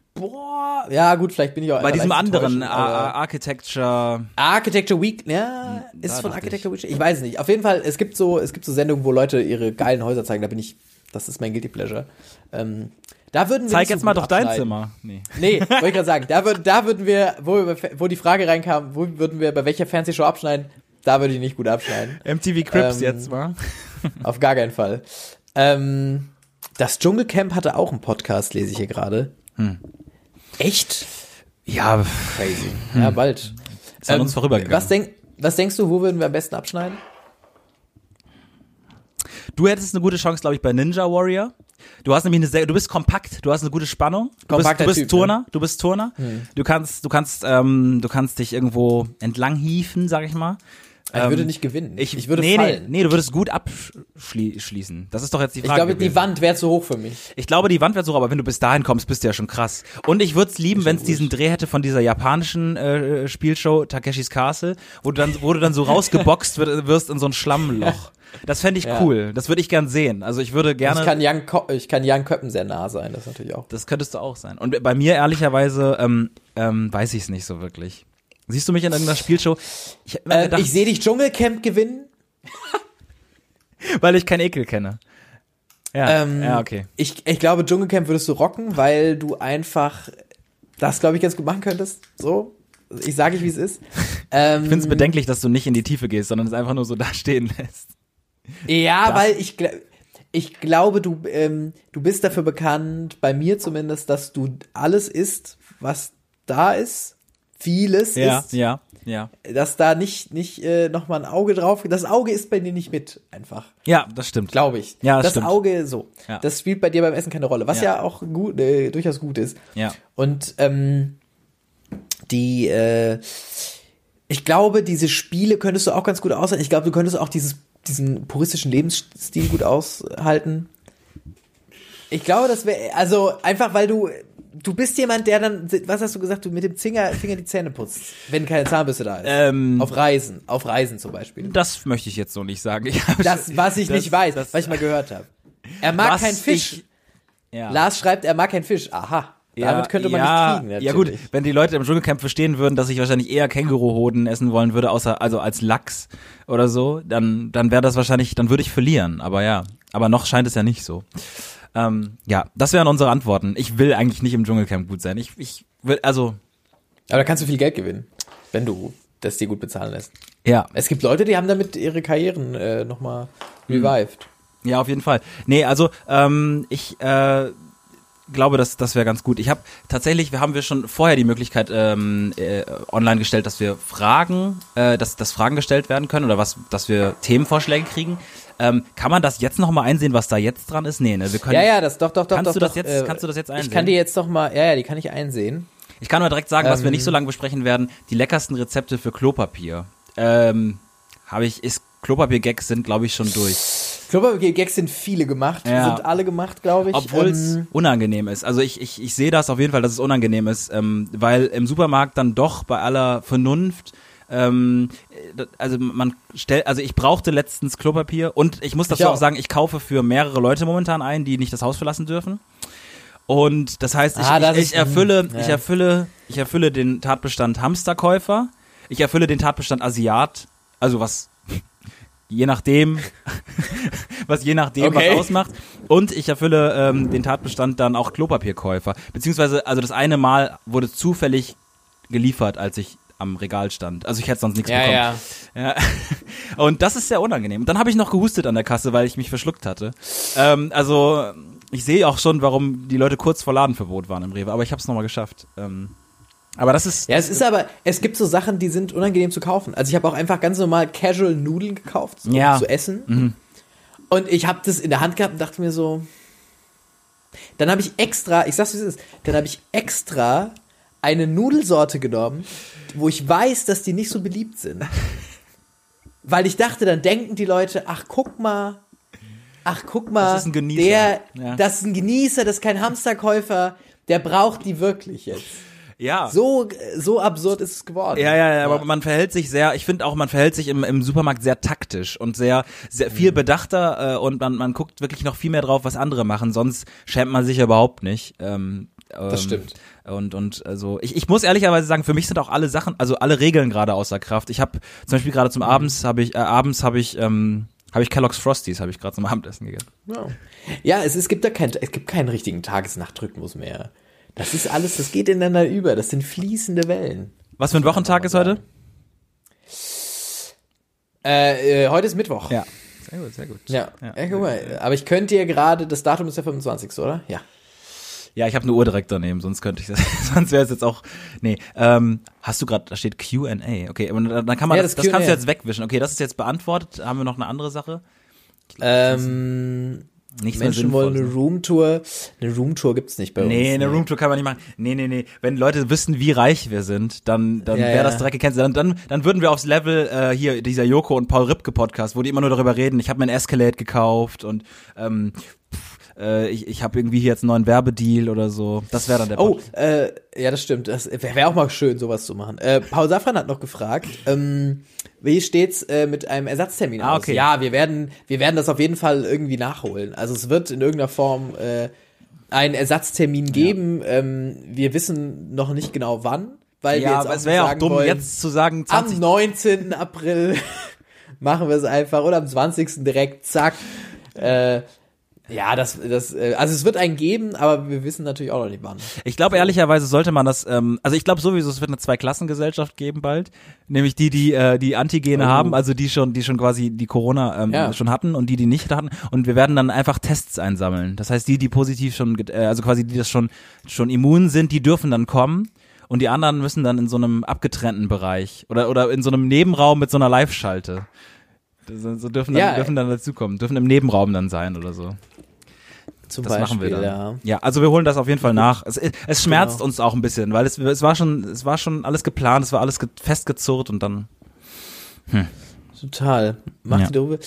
ja gut, vielleicht bin ich auch Bei diesem leicht anderen enttäuschend, aber- Architecture Week, ja, ist es von dachte Architecture Week? Ich weiß es nicht. Auf jeden Fall, es gibt so Sendungen, wo Leute ihre geilen Häuser zeigen, das ist mein Guilty Pleasure. Da würden wir Zeig nicht so jetzt mal gut doch dein abschneiden. Zimmer. Nee. Nee, wollte ich gerade sagen, da würden wir, wo die Frage reinkam, wo würden wir bei welcher Fernsehshow abschneiden, da würde ich nicht gut abschneiden. MTV Cribs Ähm, jetzt mal. Auf gar keinen Fall. Das Dschungelcamp hatte auch einen Podcast, lese ich hier gerade. Echt? Ja, Crazy. Ja, bald. ist an uns vorübergegangen. Was denkst du, wo würden wir am besten abschneiden? Du hättest eine gute Chance, glaube ich, bei Ninja Warrior. Du hast nämlich du bist kompakt, du hast eine gute Spannung. Du Kompakter bist Typ, Turner, ne? du bist Turner. Du kannst dich irgendwo entlang hieven, sag ich mal. Ich würde nicht gewinnen. Ich würde fallen. Nee, du würdest gut abschließen. Das ist doch jetzt die Frage. Ich glaube, die Wand wäre zu hoch für mich. Ich glaube, die Wand wäre so hoch, aber wenn du bis dahin kommst, bist du ja schon krass. Und ich würde es lieben, wenn es diesen Dreh hätte von dieser japanischen Spielshow Takeshis Castle, wo du dann so rausgeboxt wirst in so ein Schlammloch. Das fände ich cool. Das würde ich gern sehen. Also ich würde gerne. Ich kann Jan Köppen sehr nah sein, das natürlich auch. Das könntest du auch sein. Und bei mir ehrlicherweise weiß ich es nicht so wirklich. Siehst du mich in irgendeiner Spielshow? Ich sehe dich Dschungelcamp gewinnen. Weil ich keinen Ekel kenne. Ja, okay. Ich glaube, Dschungelcamp würdest du rocken, weil du einfach das, glaube ich, ganz gut machen könntest. So. Ich sage wie es ist. Ich finde es bedenklich, dass du nicht in die Tiefe gehst, sondern es einfach nur so da stehen lässt. Ja, weil ich glaube, du bist dafür bekannt, bei mir zumindest, dass du alles isst, was da ist. Vieles ist. Ja. Dass da nicht nochmal ein Auge drauf. Das Auge ist bei dir nicht mit, einfach. Ja, das stimmt. Glaube ich. Ja, das das stimmt. Auge so. Ja. Das spielt bei dir beim Essen keine Rolle, was ja auch gut, durchaus gut ist. Ja. Und ich glaube, diese Spiele könntest du auch ganz gut aushalten. Ich glaube, du könntest auch diesen puristischen Lebensstil gut aushalten. Ich glaube, das wäre, also einfach, weil du bist jemand, der dann, was hast du gesagt, du mit dem Finger die Zähne putzt, wenn keine Zahnbürste da ist. Auf Reisen zum Beispiel. Das möchte ich jetzt so nicht sagen. Was ich nicht weiß, was ich mal gehört habe. Er mag keinen Fisch. Lars schreibt, er mag keinen Fisch. Aha. Damit könnte man nicht kriegen, natürlich. Ja gut, wenn die Leute im Dschungelcamp verstehen würden, dass ich wahrscheinlich eher Känguruhoden essen wollen würde, also als Lachs oder so, dann wäre das wahrscheinlich, dann würde ich verlieren. Aber noch scheint es ja nicht so. Das wären unsere Antworten. Ich will eigentlich nicht im Dschungelcamp gut sein. Ich will, also. Aber da kannst du viel Geld gewinnen, wenn du das dir gut bezahlen lässt. Ja. Es gibt Leute, die haben damit ihre Karrieren nochmal revived. Ja, auf jeden Fall. Nee, also ich glaube, das wäre ganz gut. Wir haben schon vorher die Möglichkeit online gestellt, dass wir Fragen, dass Fragen gestellt werden können oder dass wir Themenvorschläge kriegen. Kann man das jetzt noch mal einsehen, was da jetzt dran ist? Nee, ne? Wir können, doch. Kannst du das jetzt einsehen? Ich kann dir jetzt noch mal, die kann ich einsehen. Ich kann nur direkt sagen, was wir nicht so lange besprechen werden. Die leckersten Rezepte für Klopapier. Klopapier-Gags sind, glaube ich, schon durch. Klopapier-Gags sind viele gemacht. Sind alle gemacht, glaube ich. Obwohl es unangenehm ist. Also ich sehe das auf jeden Fall, dass es unangenehm ist, weil im Supermarkt dann doch bei aller Vernunft ich brauchte letztens Klopapier und ich muss dazu auch sagen, ich kaufe für mehrere Leute momentan ein, die nicht das Haus verlassen dürfen. Und das heißt, ich erfülle den Tatbestand Hamsterkäufer, ich erfülle den Tatbestand Asiat, also was je nachdem was ausmacht, und ich erfülle den Tatbestand dann auch Klopapierkäufer, beziehungsweise, also das eine Mal wurde zufällig geliefert, als ich am Regal stand. Also ich hätte sonst nichts bekommen. Ja. Und das ist sehr unangenehm. Dann habe ich noch gehustet an der Kasse, weil ich mich verschluckt hatte. Also ich sehe auch schon, warum die Leute kurz vor Ladenverbot waren im Rewe, aber ich habe es nochmal geschafft. Aber das ist... Ja, es gibt so Sachen, die sind unangenehm zu kaufen. Also ich habe auch einfach ganz normal Casual Nudeln gekauft, um zu essen. Mhm. Und ich habe das in der Hand gehabt und dachte mir so... Dann habe ich extra, ich sag's wie es ist, eine Nudelsorte genommen, wo ich weiß, dass die nicht so beliebt sind. Weil ich dachte, dann denken die Leute, ach guck mal, das ist ein Genießer. Das ist ein Genießer, das ist kein Hamsterkäufer, der braucht die wirklich jetzt. Ja. So absurd ist es geworden. Ja, aber man verhält sich im Supermarkt sehr taktisch und sehr, sehr viel bedachter und man guckt wirklich noch viel mehr drauf, was andere machen, sonst schämt man sich ja überhaupt nicht. Das stimmt. Und also ich muss ehrlicherweise sagen, für mich sind auch alle Sachen, also alle Regeln gerade außer Kraft. Ich habe zum Beispiel gerade zum Abends habe ich Kellogg's Frosties, habe ich gerade zum Abendessen gegessen. Wow. Ja, es gibt keinen richtigen Tages-Nacht-Rhythmus mehr. Das ist alles, das geht ineinander über. Das sind fließende Wellen. Was für ein Wochentag ist heute? Heute ist Mittwoch. Ja. Sehr gut. Ja, guck mal. Aber ich könnte dir gerade, das Datum ist der 25., oder? Ja. Ja, ich habe eine Uhr direkt daneben, sonst wäre es jetzt auch, nee, hast du gerade, da steht Q&A, okay, und dann kann man, das kannst du jetzt wegwischen, okay, das ist jetzt beantwortet, haben wir noch eine andere Sache? nichts mehr Menschen sinnvoll wollen eine Roomtour. Eine Roomtour gibt's nicht bei uns. Nee, eine Roomtour kann man nicht machen. Nee. Wenn Leute wüssten, wie reich wir sind, dann wäre das direkt gecancelt. Dann würden wir aufs Level hier dieser Joko und Paul Ripke Podcast, wo die immer nur darüber reden, ich habe mir ein Escalade gekauft und ich habe irgendwie hier jetzt einen neuen Werbedeal oder so. Das wäre dann der Podcast. Ja, das stimmt. Das wäre auch mal schön, sowas zu machen. Paul Safran hat noch gefragt, wie steht's mit einem Ersatztermin aus? Okay. Ja, wir werden das auf jeden Fall irgendwie nachholen. Also es wird in irgendeiner Form einen Ersatztermin geben. Wir wissen noch nicht genau wann, weil wir jetzt aber auch es wäre ja auch sagen dumm, wollen, jetzt zu sagen, am 19. April machen wir es einfach oder am 20. direkt, zack. Ja, also es wird einen geben, aber wir wissen natürlich auch noch nicht wann. Ich glaube, ehrlicherweise sollte man das, also ich glaube sowieso, es wird eine Zweiklassengesellschaft geben bald, nämlich die Antigene haben, also die schon quasi die Corona schon hatten und die nicht hatten, und wir werden dann einfach Tests einsammeln. Das heißt, die positiv schon, also quasi die das schon immun sind, die dürfen dann kommen. Und die anderen müssen dann in so einem abgetrennten Bereich oder in so einem Nebenraum mit so einer Live-Schalte. So dürfen dann dazukommen, dürfen im Nebenraum dann sein oder so. Zum Das Beispiel, machen wir dann. ja. Ja, also wir holen das auf jeden Fall nach. Es schmerzt uns auch ein bisschen, weil es war schon alles geplant, es war alles festgezurrt und dann. Total. Macht die Doofe.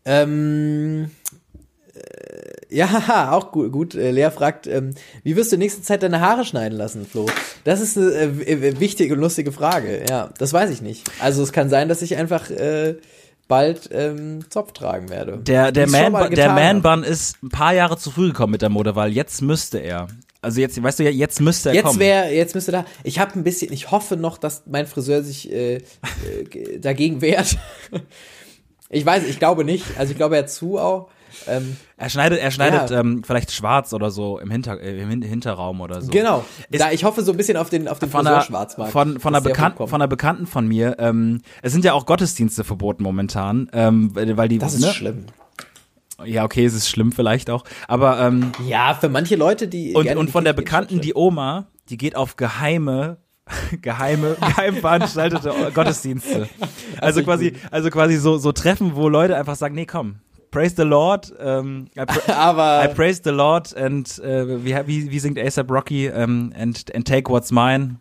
Ja, auch gut. Lea fragt, wie wirst du in nächster Zeit deine Haare schneiden lassen, Flo? Das ist eine wichtige und lustige Frage. Ja, das weiß ich nicht. Also es kann sein, dass ich einfach bald Zopf tragen werde. Der Man-Bun ist ein paar Jahre zu früh gekommen mit der Mode, weil jetzt müsste er. Also jetzt, weißt du ja, jetzt müsste er kommen. Jetzt müsste da. Ich hoffe noch, dass mein Friseur sich dagegen wehrt. Ich glaube nicht. Also ich glaube, er hat zu auch. Er schneidet vielleicht schwarz oder so im Hinterraum oder so. Genau. Ich hoffe so ein bisschen auf den Friseur-Schwarzmarkt. Von einer Bekannten von mir, es sind ja auch Gottesdienste verboten momentan, weil die. Das ist schlimm. Ja, okay, es ist schlimm vielleicht auch, aber ja, für manche Leute, die und von der Bekannten, die Oma, die geht auf geheim veranstaltete Gottesdienste. Also quasi so Treffen, wo Leute einfach sagen, nee, komm. Praise the Lord, I praise the Lord and wie singt A$AP Rocky and take what's mine.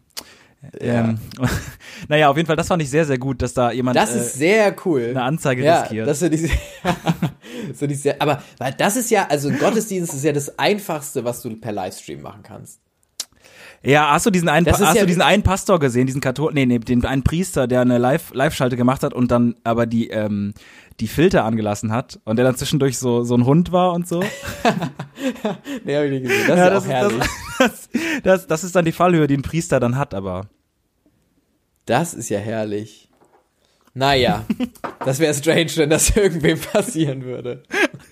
Naja, auf jeden Fall, das fand ich sehr, sehr gut, dass da jemand das ist sehr cool. Eine Anzeige riskiert. Das finde ich sehr, aber weil das ist ja, also Gottesdienst ist ja das Einfachste, was du per Livestream machen kannst. Ja, hast du diesen einen Pastor gesehen, den einen Priester, der eine Live-Schalte gemacht hat und dann aber die Filter angelassen hat und der dann zwischendurch so ein Hund war und so? Nee, hab ich nicht gesehen. Das ist auch herrlich. Das ist dann die Fallhöhe, die ein Priester dann hat, aber. Das ist ja herrlich. Naja, das wäre strange, wenn das irgendwem passieren würde.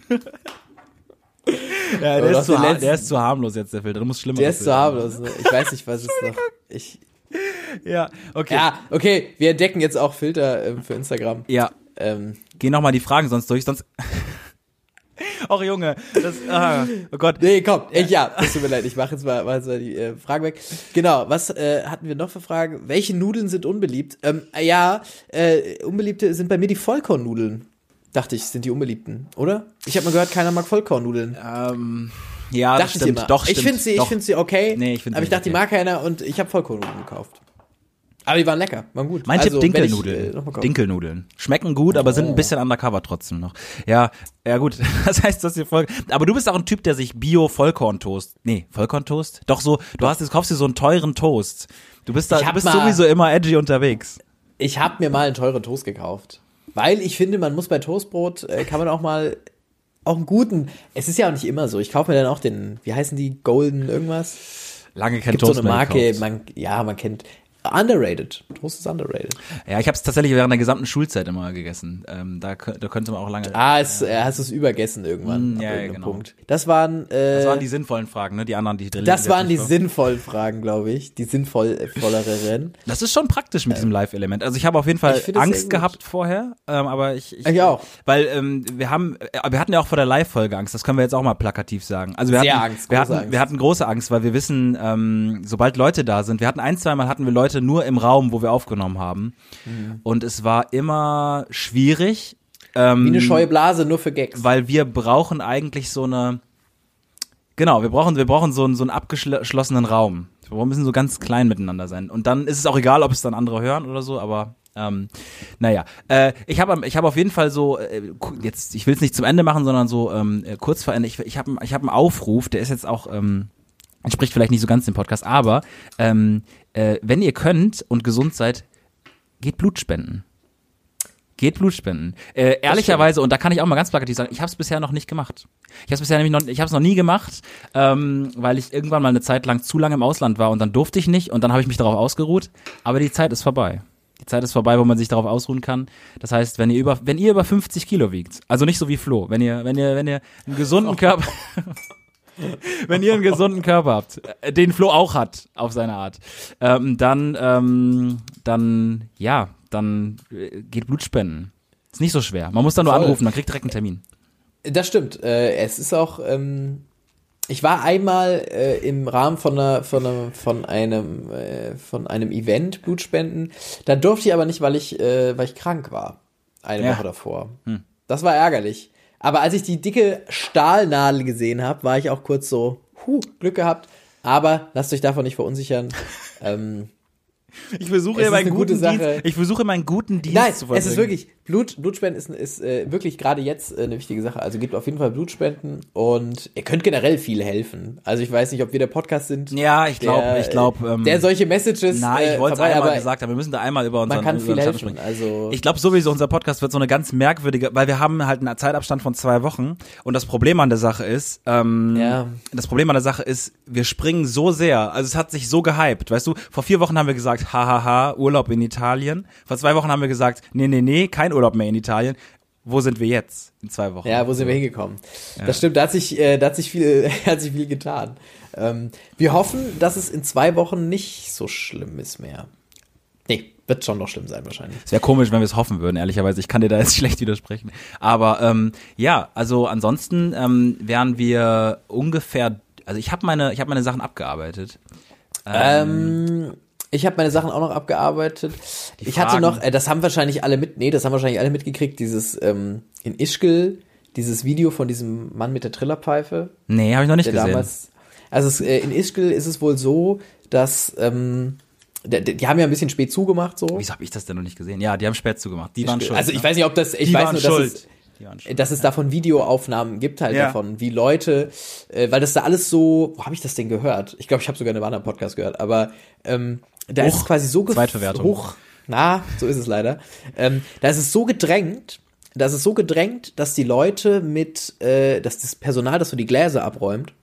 Ja, der ist zu harmlos jetzt, der Filter. Du musst schlimmer. Der ist zu harmlos. Ne? Ich weiß nicht, was es noch. Ja, okay. Ja, okay. Wir entdecken jetzt auch Filter für Instagram. Ja. Geh nochmal die Fragen sonst durch, sonst. Och Junge, oh Gott. Nee, komm, das tut mir leid, ich mache jetzt mal die Fragen weg. Genau, was hatten wir noch für Fragen? Welche Nudeln sind unbeliebt? Unbeliebte sind bei mir die Vollkornnudeln. Dachte ich, sind die unbeliebten, oder? Ich habe mal gehört, keiner mag Vollkornnudeln. Ja, das stimmt. Doch, ich finde sie okay, nee, ich aber ich dachte, die mag keiner und ich habe Vollkornnudeln gekauft. Aber die waren lecker, waren gut. Mein Tipp, Dinkelnudeln. Dinkelnudeln. Schmecken gut, aber sind ein bisschen undercover trotzdem noch. Ja, gut. Das heißt, dass aber du bist auch ein Typ, der sich Bio-Vollkorntoast. Nee, Vollkorntoast? Doch so, kaufst dir so einen teuren Toast. Du bist sowieso immer edgy unterwegs. Ich habe mir mal einen teuren Toast gekauft. Weil ich finde, man muss bei Toastbrot, kann man auch mal einen guten, es ist ja auch nicht immer so. Ich kaufe mir dann auch wie heißen die, Golden irgendwas? Lange kein Toast. So eine Marke, man kennt. Underrated. Toast ist underrated. Ja, ich habe es tatsächlich während der gesamten Schulzeit immer gegessen. Da könnte man auch lange. Hast du es übergessen irgendwann? Ja, genau. Punkt. Das waren die sinnvollen Fragen, ne? Die anderen, die drin. Das waren die sinnvollen Fragen, glaube ich. Die sinnvolleren. Das ist schon praktisch mit diesem Live-Element. Also ich habe auf jeden Fall Angst gehabt vorher, aber ich auch. Weil wir hatten ja auch vor der Live-Folge Angst. Das können wir jetzt auch mal plakativ sagen. Also wir hatten große Angst, weil wir wissen, sobald Leute da sind, wir hatten 1-2 Mal hatten wir Leute nur im Raum, wo wir aufgenommen haben. Mhm. Und es war immer schwierig. Wie eine scheue Blase, nur für Gags. Weil wir brauchen eigentlich so eine, genau, wir brauchen so einen abgeschlossenen Raum. Wir müssen so ganz klein miteinander sein. Und dann ist es auch egal, ob es dann andere hören oder so, aber naja. Ich habe auf jeden Fall so, jetzt, ich will es nicht zum Ende machen, sondern so kurz vor Ende, ich habe einen Aufruf, der ist jetzt auch, entspricht vielleicht nicht so ganz dem Podcast, aber wenn ihr könnt und gesund seid, geht Blut spenden. Geht Blut spenden. Ehrlicherweise, und da kann ich auch mal ganz plakativ sagen, ich habe es bisher noch nicht gemacht. Ich habe es noch nie gemacht, weil ich irgendwann mal eine Zeit lang zu lange im Ausland war und dann durfte ich nicht und dann habe ich mich darauf ausgeruht. Aber die Zeit ist vorbei. Die Zeit ist vorbei, wo man sich darauf ausruhen kann. Das heißt, wenn ihr über 50 Kilo wiegt, also nicht so wie Flo, wenn ihr einen gesunden Körper, wenn ihr einen gesunden Körper habt, den Flo auch hat, auf seine Art, dann geht Blut spenden. Ist nicht so schwer. Man muss dann nur anrufen, man kriegt direkt einen Termin. Das stimmt. Es ist auch, ich war einmal im Rahmen von einem Event Blutspenden. Da durfte ich aber nicht, weil ich krank war. Eine Woche davor. Das war ärgerlich. Aber als ich die dicke Stahlnadel gesehen habe, war ich auch kurz so, Glück gehabt. Aber lasst euch davon nicht verunsichern. Ich versuche immer einen guten Dienst Nein, zu verbringen. Es ist wirklich, Blutspenden ist wirklich gerade jetzt eine wichtige Sache. Also gebt auf jeden Fall Blutspenden und ihr könnt generell viel helfen. Also ich weiß nicht, ob wir der Podcast sind. Ja, ich glaube, der solche Messages. Ich wollte es einmal gesagt haben. Wir müssen da einmal über unseren. Man kann viel helfen. Sprechen. Also ich glaube sowieso, unser Podcast wird so eine ganz merkwürdige, weil wir haben halt einen Zeitabstand von 2 Wochen und das Problem an der Sache ist, wir springen so sehr. Also es hat sich so gehypt, weißt du. Vor 4 Wochen haben wir gesagt, hahaha, Urlaub in Italien. Vor 2 Wochen haben wir gesagt, nee, kein Urlaub mehr in Italien. Wo sind wir jetzt in 2 Wochen? Ja, wo sind wir hingekommen? Ja. Das stimmt, da hat sich viel getan. Wir hoffen, dass es in 2 Wochen nicht so schlimm ist mehr. Nee, wird schon noch schlimm sein wahrscheinlich. Es wäre komisch, wenn wir es hoffen würden, ehrlicherweise. Ich kann dir da jetzt schlecht widersprechen. Aber also ansonsten wären wir ungefähr, also ich habe meine Sachen abgearbeitet. Ich habe meine Sachen auch noch abgearbeitet. Ich hatte noch, das haben wahrscheinlich alle mitgekriegt, dieses in Ischgl, dieses Video von diesem Mann mit der Trillerpfeife. Nee, habe ich noch nicht gesehen. In Ischgl ist es wohl so, dass die haben ja ein bisschen spät zugemacht so. Wieso habe ich das denn noch nicht gesehen? Ja, die haben spät zugemacht. Die waren schuld. Also ich weiß nicht, ob das, ich weiß nur, dass es davon Videoaufnahmen gibt halt davon, wie Leute, weil das da alles so, wo habe ich das denn gehört? Ich glaube, ich habe sogar einen anderen Podcast gehört, aber da ist es quasi so Zweitverwertung. So ist es leider. Da ist es so gedrängt, dass die Leute dass das Personal, das so die Gläser abräumt,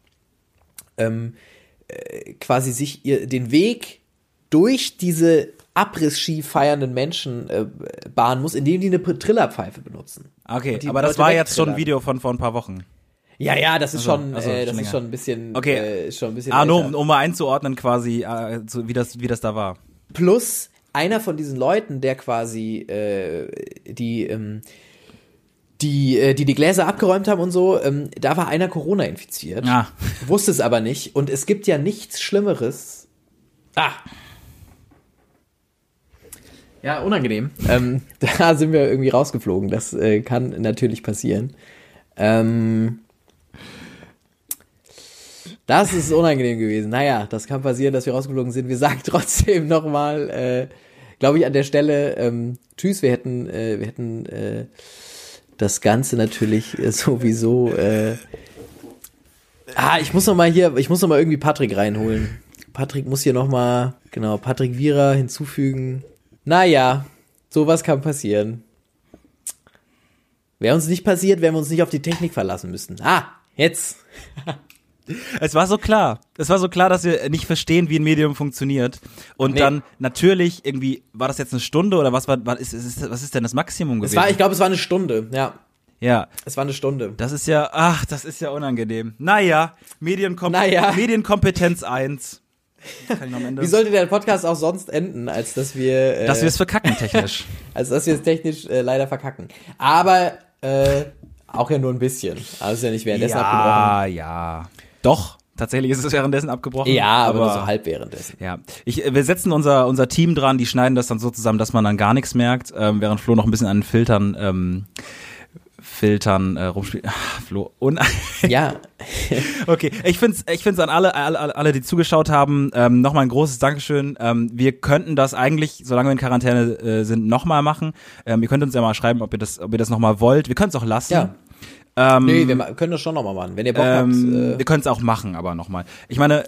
quasi sich den Weg durch diese Abriss-Ski feiernden Menschen bahnen muss, indem die eine Trillerpfeife benutzen. Okay, aber das war jetzt schon ein Video von vor ein paar Wochen. Ja, das ist schon ein bisschen. Okay. Schon ein bisschen. Um mal einzuordnen quasi, wie das da war. Plus einer von diesen Leuten, der quasi die Gläser abgeräumt haben und so, da war einer Corona infiziert. Ja. Wusste es aber nicht. Und es gibt ja nichts Schlimmeres. Ja, unangenehm. Da sind wir irgendwie rausgeflogen. Das kann natürlich passieren. Das ist unangenehm gewesen. Naja, das kann passieren, dass wir rausgeflogen sind. Wir sagen trotzdem nochmal, glaube ich, an der Stelle, tschüss, wir hätten das Ganze natürlich sowieso, ich muss noch mal irgendwie Patrick reinholen. Patrick muss hier nochmal, Patrick Wierer hinzufügen. Naja, sowas kann passieren. Wäre uns nicht passiert, wenn wir uns nicht auf die Technik verlassen müssten. Jetzt. Es war so klar, dass wir nicht verstehen, wie ein Medium funktioniert. Und dann natürlich irgendwie, war das jetzt eine Stunde oder was ist denn das Maximum gewesen? Ich glaube, es war eine Stunde, ja. Ja. Es war eine Stunde. Das ist ja unangenehm. Naja, Medienkompetenz 1. Wie sollte der Podcast auch sonst enden, als dass wir es verkacken technisch. Als dass wir es technisch leider verkacken. Aber auch ja nur ein bisschen. Also ist ja nicht währenddessen abgebrochen. Ja. Doch, tatsächlich ist es währenddessen abgebrochen. Ja, aber nur so halb währenddessen. Ja. Wir setzen unser Team dran, die schneiden das dann so zusammen, dass man dann gar nichts merkt, während Flo noch ein bisschen an den Filtern Filtern rumspielen. Ach, Flo, Ja. Okay, ich find's an alle, die zugeschaut haben, nochmal ein großes Dankeschön. Wir könnten das eigentlich, solange wir in Quarantäne sind, nochmal machen. Ihr könnt uns ja mal schreiben, ob ihr das nochmal wollt. Wir können es auch lassen. Ja. Nee, wir können das schon nochmal machen, wenn ihr Bock habt. Wir können es auch machen, aber nochmal. Ich meine,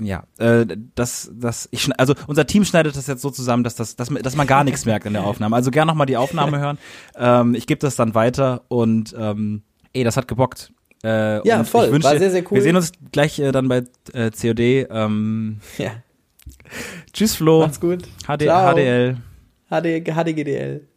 also unser Team schneidet das jetzt so zusammen, dass man gar nichts merkt in der Aufnahme. Also gern nochmal die Aufnahme hören. Ich gebe das dann weiter und das hat gebockt. Ja, voll, war sehr, sehr cool. Wir sehen uns gleich dann bei COD. Ja. Tschüss Flo. Macht's gut. HDL. HDGDL.